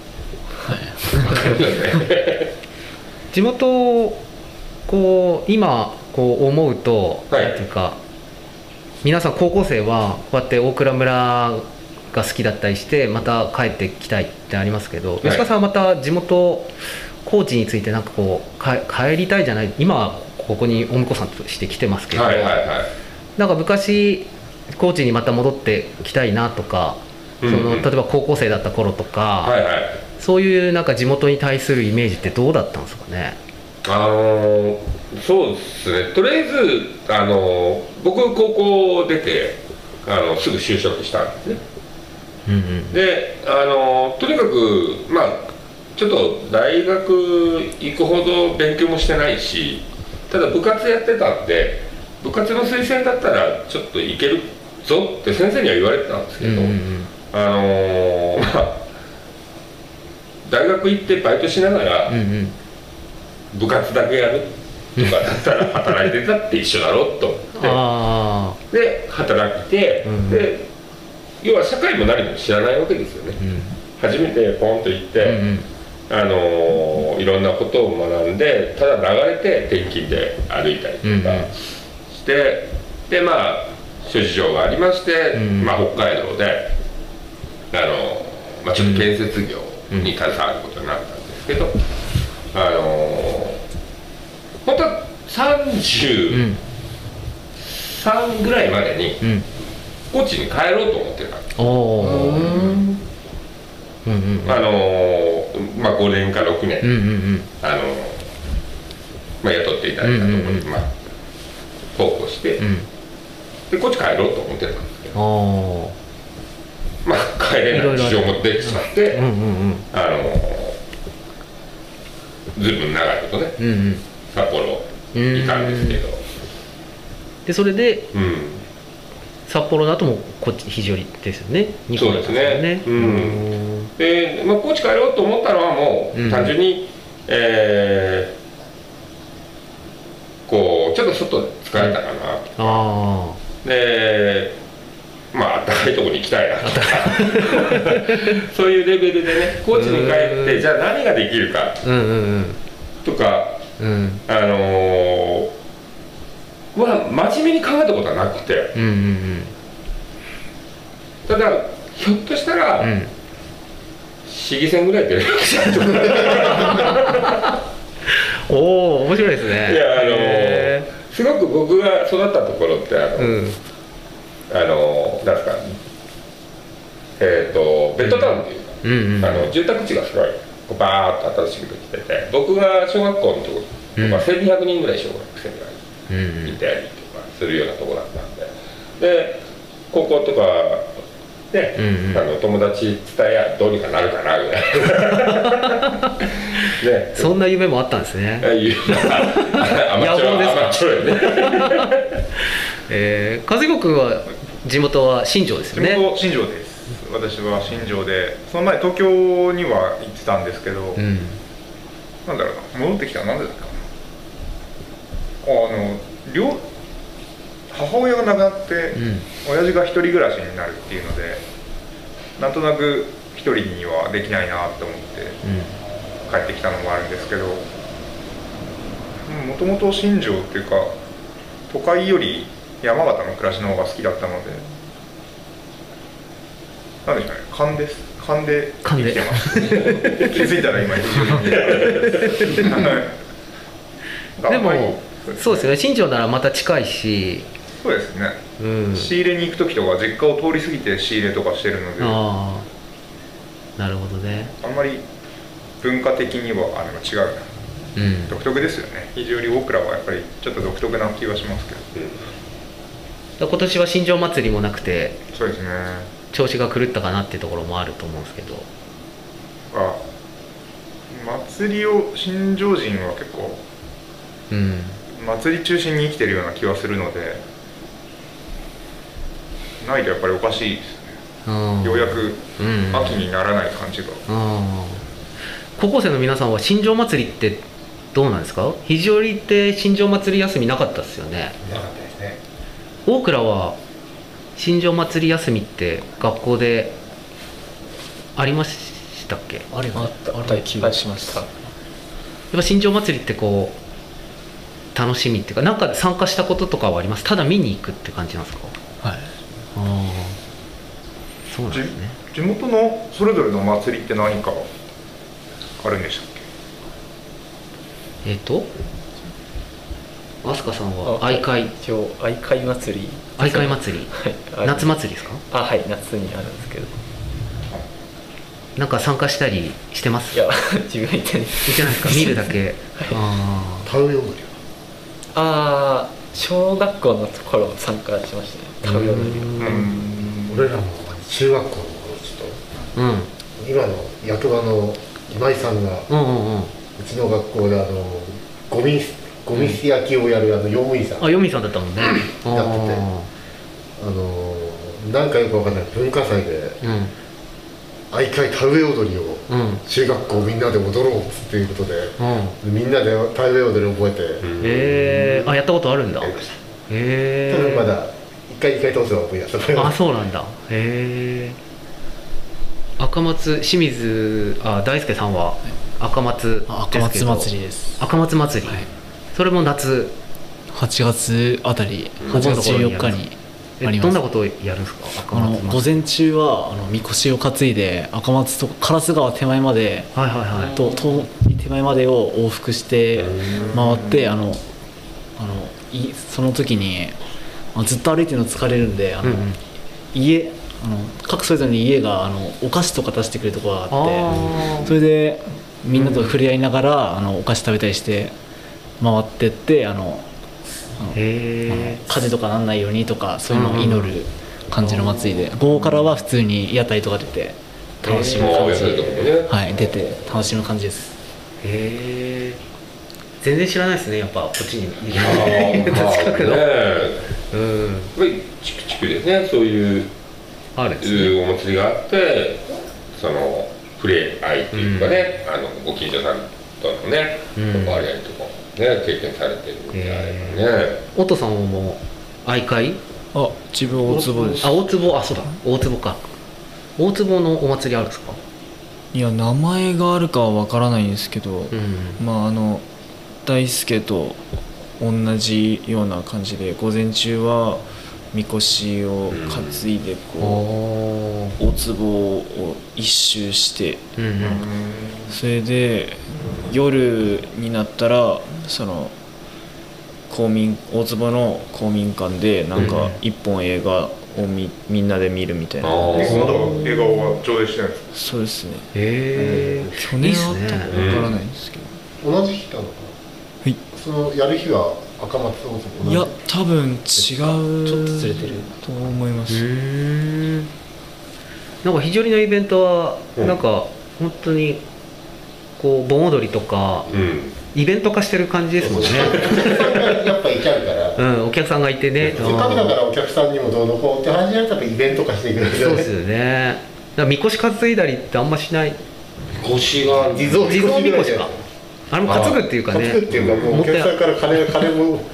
地元今思うと、なんていうか皆さん高校生はこうやって大蔵村が好きだったりしてまた帰ってきたいってありますけど、吉川さんはまた地元高知についてなんか帰りたいじゃない、今はここにお婿さんとして来てますけど、なんか昔高知にまた戻ってきたいなとか、例えば高校生だった頃とか、そういうなんか地元に対するイメージってどうだったんですかね？ そうですね。とりあえず僕高校出てすぐ就職したんですね。でとにかくちょっと大学行くほど勉強もしてないし、ただ部活やってたんで部活の推薦だったらちょっといけるぞって先生には言われてたんですけど、大学行ってバイトしながら部活だけやるとかだったら働いてたって一緒だろうと思ってで働いて、で要は社会も何も知らないわけですよね。初めてポンと行って、いろんなことを学んで、ただ流れて転勤で歩いたりとかして、で諸事情がありまして、北海道でちょっと建設業に携わることになったんですけど、本当は33ぐらいまでに高知に帰ろうと思ってたんです。5年か6年雇っていただいたところに奉公して、でこっち帰ろうと思ってたんですけど、帰れない事情も出てしまって、ずいぶん長いことね、札幌いたんですけど、 でそれで、札幌の後もこっち肘折ですよね。 そうですね。で、高知帰ろうと思ったのはもう単純にこうちょっと外で疲れたかなとか、でまあ暖かいところに行きたいなとかそういうレベルでね、高知に帰ってじゃあ何ができるかとか、は真面目に考えたことはなくて、ただひょっとしたら、市議選ぐらい出れるかもしれないおお、面白いですね。 いやすごく僕が育ったところってなんですか、ベッドタウンっていうか、住宅地がすごいバーッと新しくできてて、僕が小学校のところとか1200人ぐらい小学生がいたりとかするようなところだったんで、高校とかで、友達伝えやどうにかなるかなぐらいね、そんな夢もあったんですね。 野望ですか。 和彦君は地元は新庄ですよね。 地元新庄です。私は新庄で、その前東京には行ってたんですけど、なんだろうな、戻ってきたらなんでだったかな。母親が亡くなって、親父が一人暮らしになるっていうので、なんとなく一人にはできないなと思って、帰ってきたのもあるんですけど、もともと新庄っていうか都会より山形の暮らしの方が好きだったので、なんでしょうね、勘で生きてます気づいたら今20人でもそうですよね、新庄ならまた近いし。 そうですね、仕入れに行く時とか実家を通り過ぎて仕入れとかしてるので、 なるほどね。 あんまり文化的には違うな、独特ですよね。非常に大倉はやっぱりちょっと独特な気がしますけど、今年は新庄祭りもなくて、 そうですね、 調子が狂ったかなっていうところもあると思うんですけど、 祭りを新庄人は結構、祭り中心に生きてるような気はするので、ないとやっぱりおかしいですね。ようやく秋にならない感じが。 高校生の皆さんは新庄祭りってどうなんですか？肘折って新庄祭り休みなかったですよね。 なかったですね。 大倉は新庄祭り休みって学校でありましたっけ？ あった気がしました。やっぱ新庄祭りってこう楽しみっていうか、なんか参加したこととかはあります？ただ見に行くって感じなんですか？ はい。 そうなんですね。 地元のそれぞれの祭りって何かあるんでしたっけ？ 飛鳥さんは愛海祭り、 愛海祭り、夏祭りですか？ はい、夏にあるんですけど、 なんか参加したりしてます？ いや、自分は行ってないですか？見るだけ。 田植え踊りは小学校の頃参加しましたね、田植え踊り。 俺らも中学校の頃ちょっと、今の役場の今井さんが、うちの学校でゴミ捨て焼きをやる用務員さん、 用務員さんだったもんね。 やってて、なんかよくわかんない文化祭で、愛海田植え踊りを中学校みんなで踊ろうっていうことで、みんなで田植え踊りを覚えて、 やったことあるんだ。 多分まだ1回2回通せば覚えやったと思います。 そうなんだ。赤松清水大輔さんは赤松祭りです。 赤松祭り、それも夏 8月あたり、8月14日にあります。 どんなことをやるんですか？赤松祭り。 午前中はみこしを担いで赤松と烏川手前まで、手前までを往復して回って、その時にずっと歩いてるの疲れるんで、各それぞれの家がお菓子とか出してくれるところがあって、それでみんなと触れ合いながらお菓子食べたりして回ってって、火事とかなんないようにとか、そういうのを祈る感じの祭りで、午後からは普通に屋台とか出て楽しむ感じ、出て楽しむ感じです。 全然知らないですね、やっぱこっちに近くのチクチクですね、そういうお祭りがあって、その触れ合いっていうかね、ご近所さんとのね関わり合いとかね経験されてるみたいなね。 おとさんはもう愛会？ あ、自分大坪です。 あ、大坪、あ、そうだ、大坪か。大坪のお祭りあるんですか？ いや、名前があるかはわからないんですけど、まあ大輔と同じような感じで、午前中はみこしを担いでこう、大坪を一周して、それで夜になったらその大坪の公民館でなんか一本映画をみんなで見るみたいな。 まだ映画は上映してないんですか？ そうですね。去年あったかわからないんですけど。 同じ日なのかな？はい。そのやる日は赤松大坪。 いや、多分違う。 ちょっとずれてると思います。 なんか非常にのイベントはなんか本当にこう盆踊りとか。イベント化してる感じですもんね。 やっぱいちゃうから、 お客さんがいてね。 せっかくだからお客さんにもどうのこうって話になるとやっぱイベント化していくんですよね。 そうですよね。だからみこし担いだりってあんましない。 腰が地蔵みこしか。あれも担ぐっていうかね。 担ぐっていうかもうお客さんから金ももらって。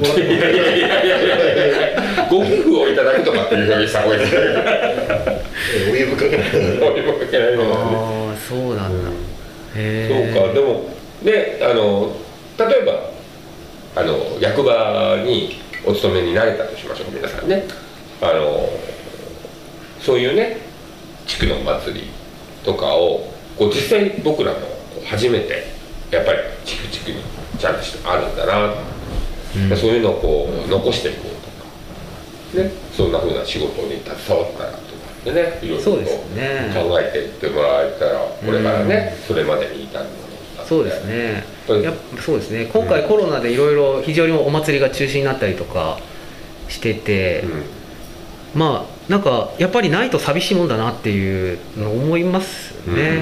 ご寄付をいただくとかっていうふうにした方がいいですね。 お湯ぶかけない。 お湯ぶかけないの。 ああ、そうなんだ。 そうか、でもね、例えば役場にお勤めになれたとしましょう、皆さんね。そういうね地区のお祭りとかをこう実際僕らも初めてやっぱり地区にちゃんとしてあるんだな、そういうのをこう残していこうとかね、そんな風な仕事に携わったらとかでね、いろいろと考えていってもらえたらこれからね、それまでに至るのに。 そうですね。そうですね。今回コロナでいろいろ非常にお祭りが中止になったりとかしてて、まあなんかやっぱりないと寂しいもんだなっていうのを思いますね。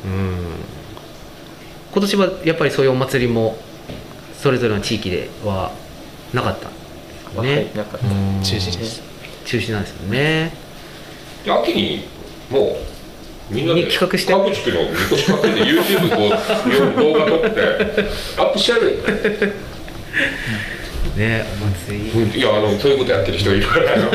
今年はやっぱりそういうお祭りもそれぞれの地域ではなかったんですかね。 なかった。 中止です。 中止なんですよね。 秋にもうみんなで企画して各地区のみこし担いで YouTube こう動画撮ってアップしちゃうよね、お祭り。 いやそういうことやってる人いるからそうなん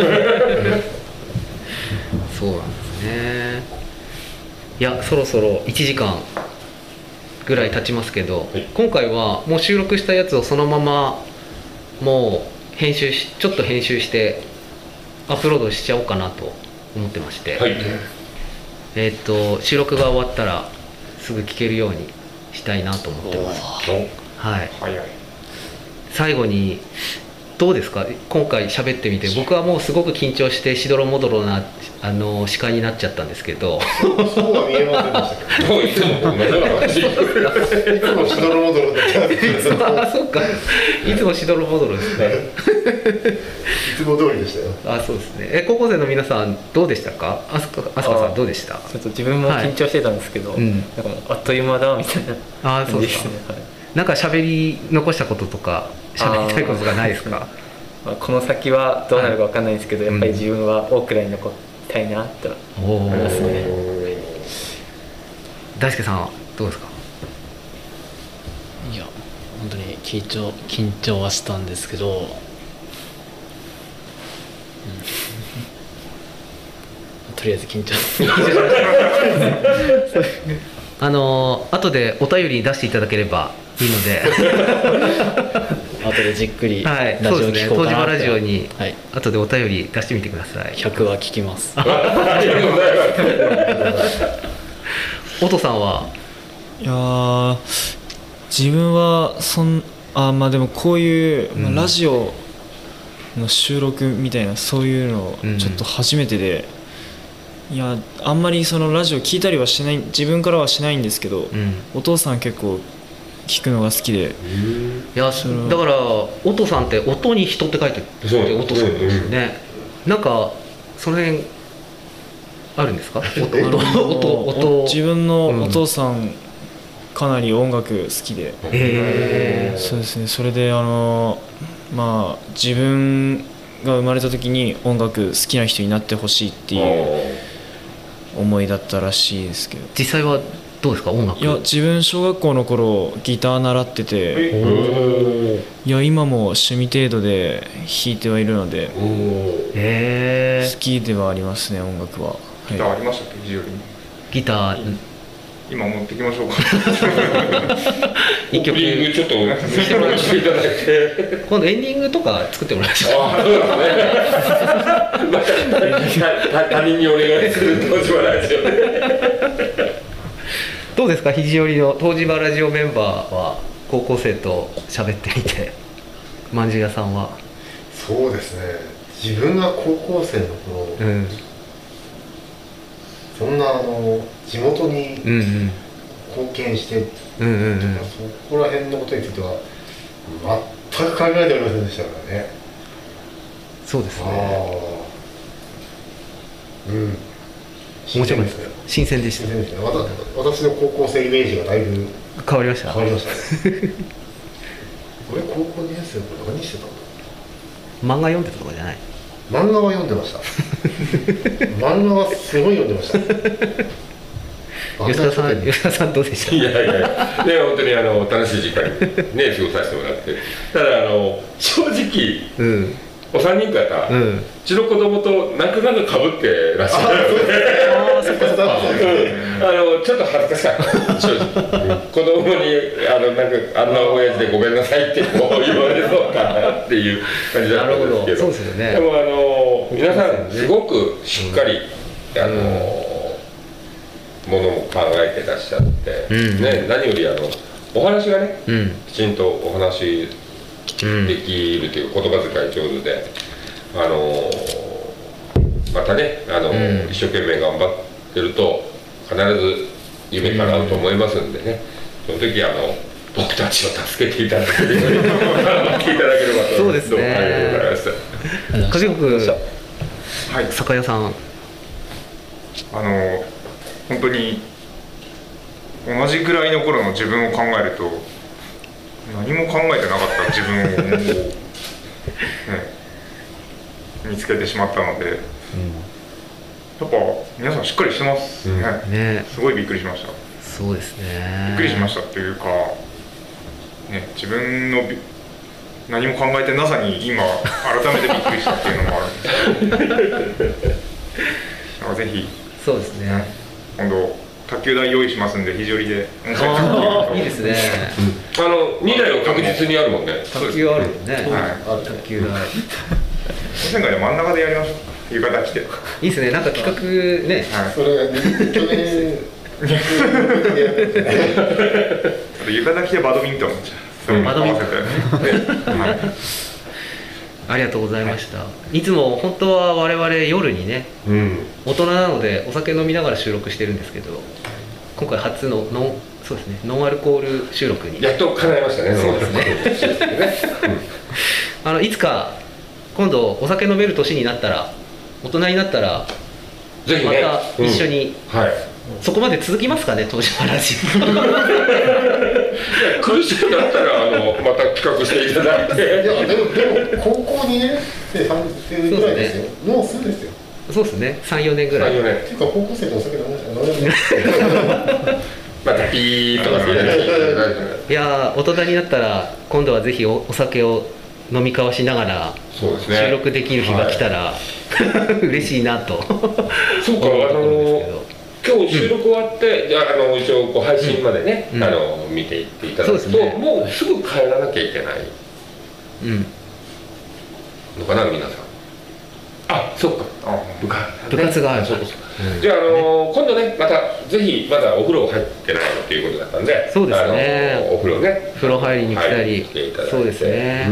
ですね。いや、そろそろ1時間ぐらい経ちますけど、今回はもう収録したやつをそのままもうちょっと編集してアップロードしちゃおうかなと思ってまして、収録が終わったらすぐ聞けるようにしたいなと思ってます。はい。最後にどうですか、今回喋ってみて。僕はもうすごく緊張してしどろもどろな司会になっちゃったんですけど。 そうは見えませんでしたけど。いつもしどろもどろで。 あ、そうか。いつもしどろもどろですね。 いつも通りでしたよ。 あ、そうですね。高校生の皆さんどうでしたか。あすかさんどうでした。 ちょっと自分も緊張してたんですけど、なんかあっという間だみたいな感じですね。 なんか喋り残したこととか喋りたいことがないですか。 この先はどうなるか分かんないですけど、やっぱり自分は大倉に残りたいなと思いますね。 大輔さんはどうですか。 いや、本当に緊張はしたんですけど、とりあえず緊張後でお便り出していただければいいので後でじっくりラジオ聞こうかなって、 東芝ラジオに後でお便り出してみてください。 100は聞きます。 おとさんは。 いや自分はまあでもこういう、ラジオの収録みたいなそういうのをちょっと初めてで、いやあんまりそのラジオ聞いたりはしない、自分からはしないんですけど、お父さん結構聞くのが好きで。 いやだからおとさんって音に人って書いてるおとさんですよね。なんかその辺あるんですか。音自分のお父さん、かなり音楽好きで、そうですね。それでまあ自分が生まれた時に音楽好きな人になってほしいっていう思いだったらしいですけど、 実際はどうですか音楽？ いや自分小学校の頃ギター習ってて、いや今も趣味程度で弾いてはいるので、好きではありますね音楽は。 ギターありましたっけ？ ギター今持ってきましょうか。 一曲ちょっとしてもらっていただいて、 今度エンディングとか作ってもらいましょう。 他人にお願いする東芝ラジオ。 どうですか肘折の東芝ラジオメンバーは高校生と喋ってみて、まんじゅう屋さんは？ そうですね、自分が高校生の頃、そんな地元に貢献してとか、そこら辺のことについては全く考えておりませんでしたからね。 そうですね。 新鮮ですね。 新鮮でした。 私の高校生イメージがだいぶ変わりました。 変わりましたね。俺高校2年生の頃何してたんだ。 漫画読んでたとかじゃない？ 漫画は読んでました。漫画はすごい読んでました。 吉田さんどうでした？ いやいや、ね、本当に楽しい時間にね過ごさせてもらって、ただ正直、お三人方、うちの子供となんかかぶってらっしゃるので、ちょっと恥ずかしかった正直。子供になんかあんな親父でごめんなさいってこう言われそうかなっていう感じだったんですけど、 そうですよね。 でも皆さんすごくしっかりものも考えてらっしゃって、ね、何よりお話がね、きちんとお話できるという言葉遣い上手で、またね一生懸命頑張ってると必ず夢叶うと思いますんでね、その時僕たちを助けていただけるように頑張っていただければと。 そうですね。 ありがとうございました。 梶国酒屋さん、 本当に同じぐらいの頃の自分を考えると何も考えてなかった自分を、見つけてしまったので、やっぱ皆さんしっかりしてますね。すごいびっくりしました。 そうですね。 びっくりしましたっていうか、自分の何も考えてなさに今改めてびっくりしたっていうのもあるんですぜひそうですね、 今度卓球台用意しますんで肘折でいいですね。 2台は確実にあるもんね。 卓球あるよね。卓球台温泉街で真ん中でやりましょう。浴衣着ていいですね。なんか企画ね、 それ去年浴衣着てバドミントンバドミントンありがとうございました。いつも本当は我々夜にね、大人なのでお酒飲みながら収録してるんですけど、今回初のそうですね、ノンアルコール収録にやっと叶いましたね。 そうですね。いつか今度お酒飲める年になったら、大人になったらぜひね、 また一緒に、そこまで続きますかね、東芝ラジオ。苦しくなったらまた企画していただいて。 いやでも高校2年生3年ぐらいですよ。もうすぐですよ。 そうですね、3、4年ぐらい。 っていうか高校生とお酒飲めない。 またピーとかする。 いや大人になったら今度はぜひお酒を飲み交わしながら収録できる日が来たら嬉しいなと。 そうか、今日収録終わって、一応配信までね、見ていっていただくと、もうすぐ帰らなきゃいけないのかな、皆さん。あ、そっか、 部活がある。 じゃあ今度ね、またぜひまだお風呂入ってないっていうことだったんで、 そうですね、 お風呂ね、 風呂入りに来たり、そうですね、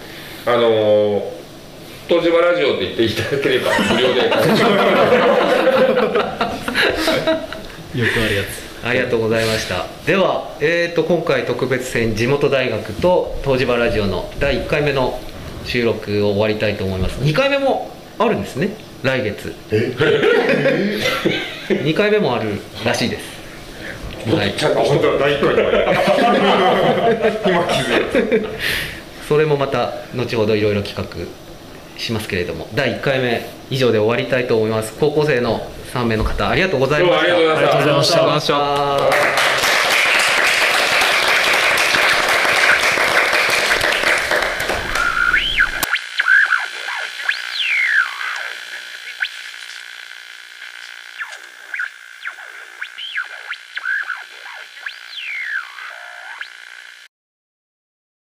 東芝ラジオって言っていただければ無料でよくあるやつ。ありがとうございました。では、今回特別編地元大学と東芝ラジオの第1回目の収録を終わりたいと思います。2回目もあるんですね、来月。2回目もあるらしいです。 はい、本当は第1回今気づいた。 それもまた後ほどいろいろ企画しますけれども、第1回目以上で終わりたいと思います。高校生の 3名の方ありがとうございました。 ありがとうございました。 ありがとうございました。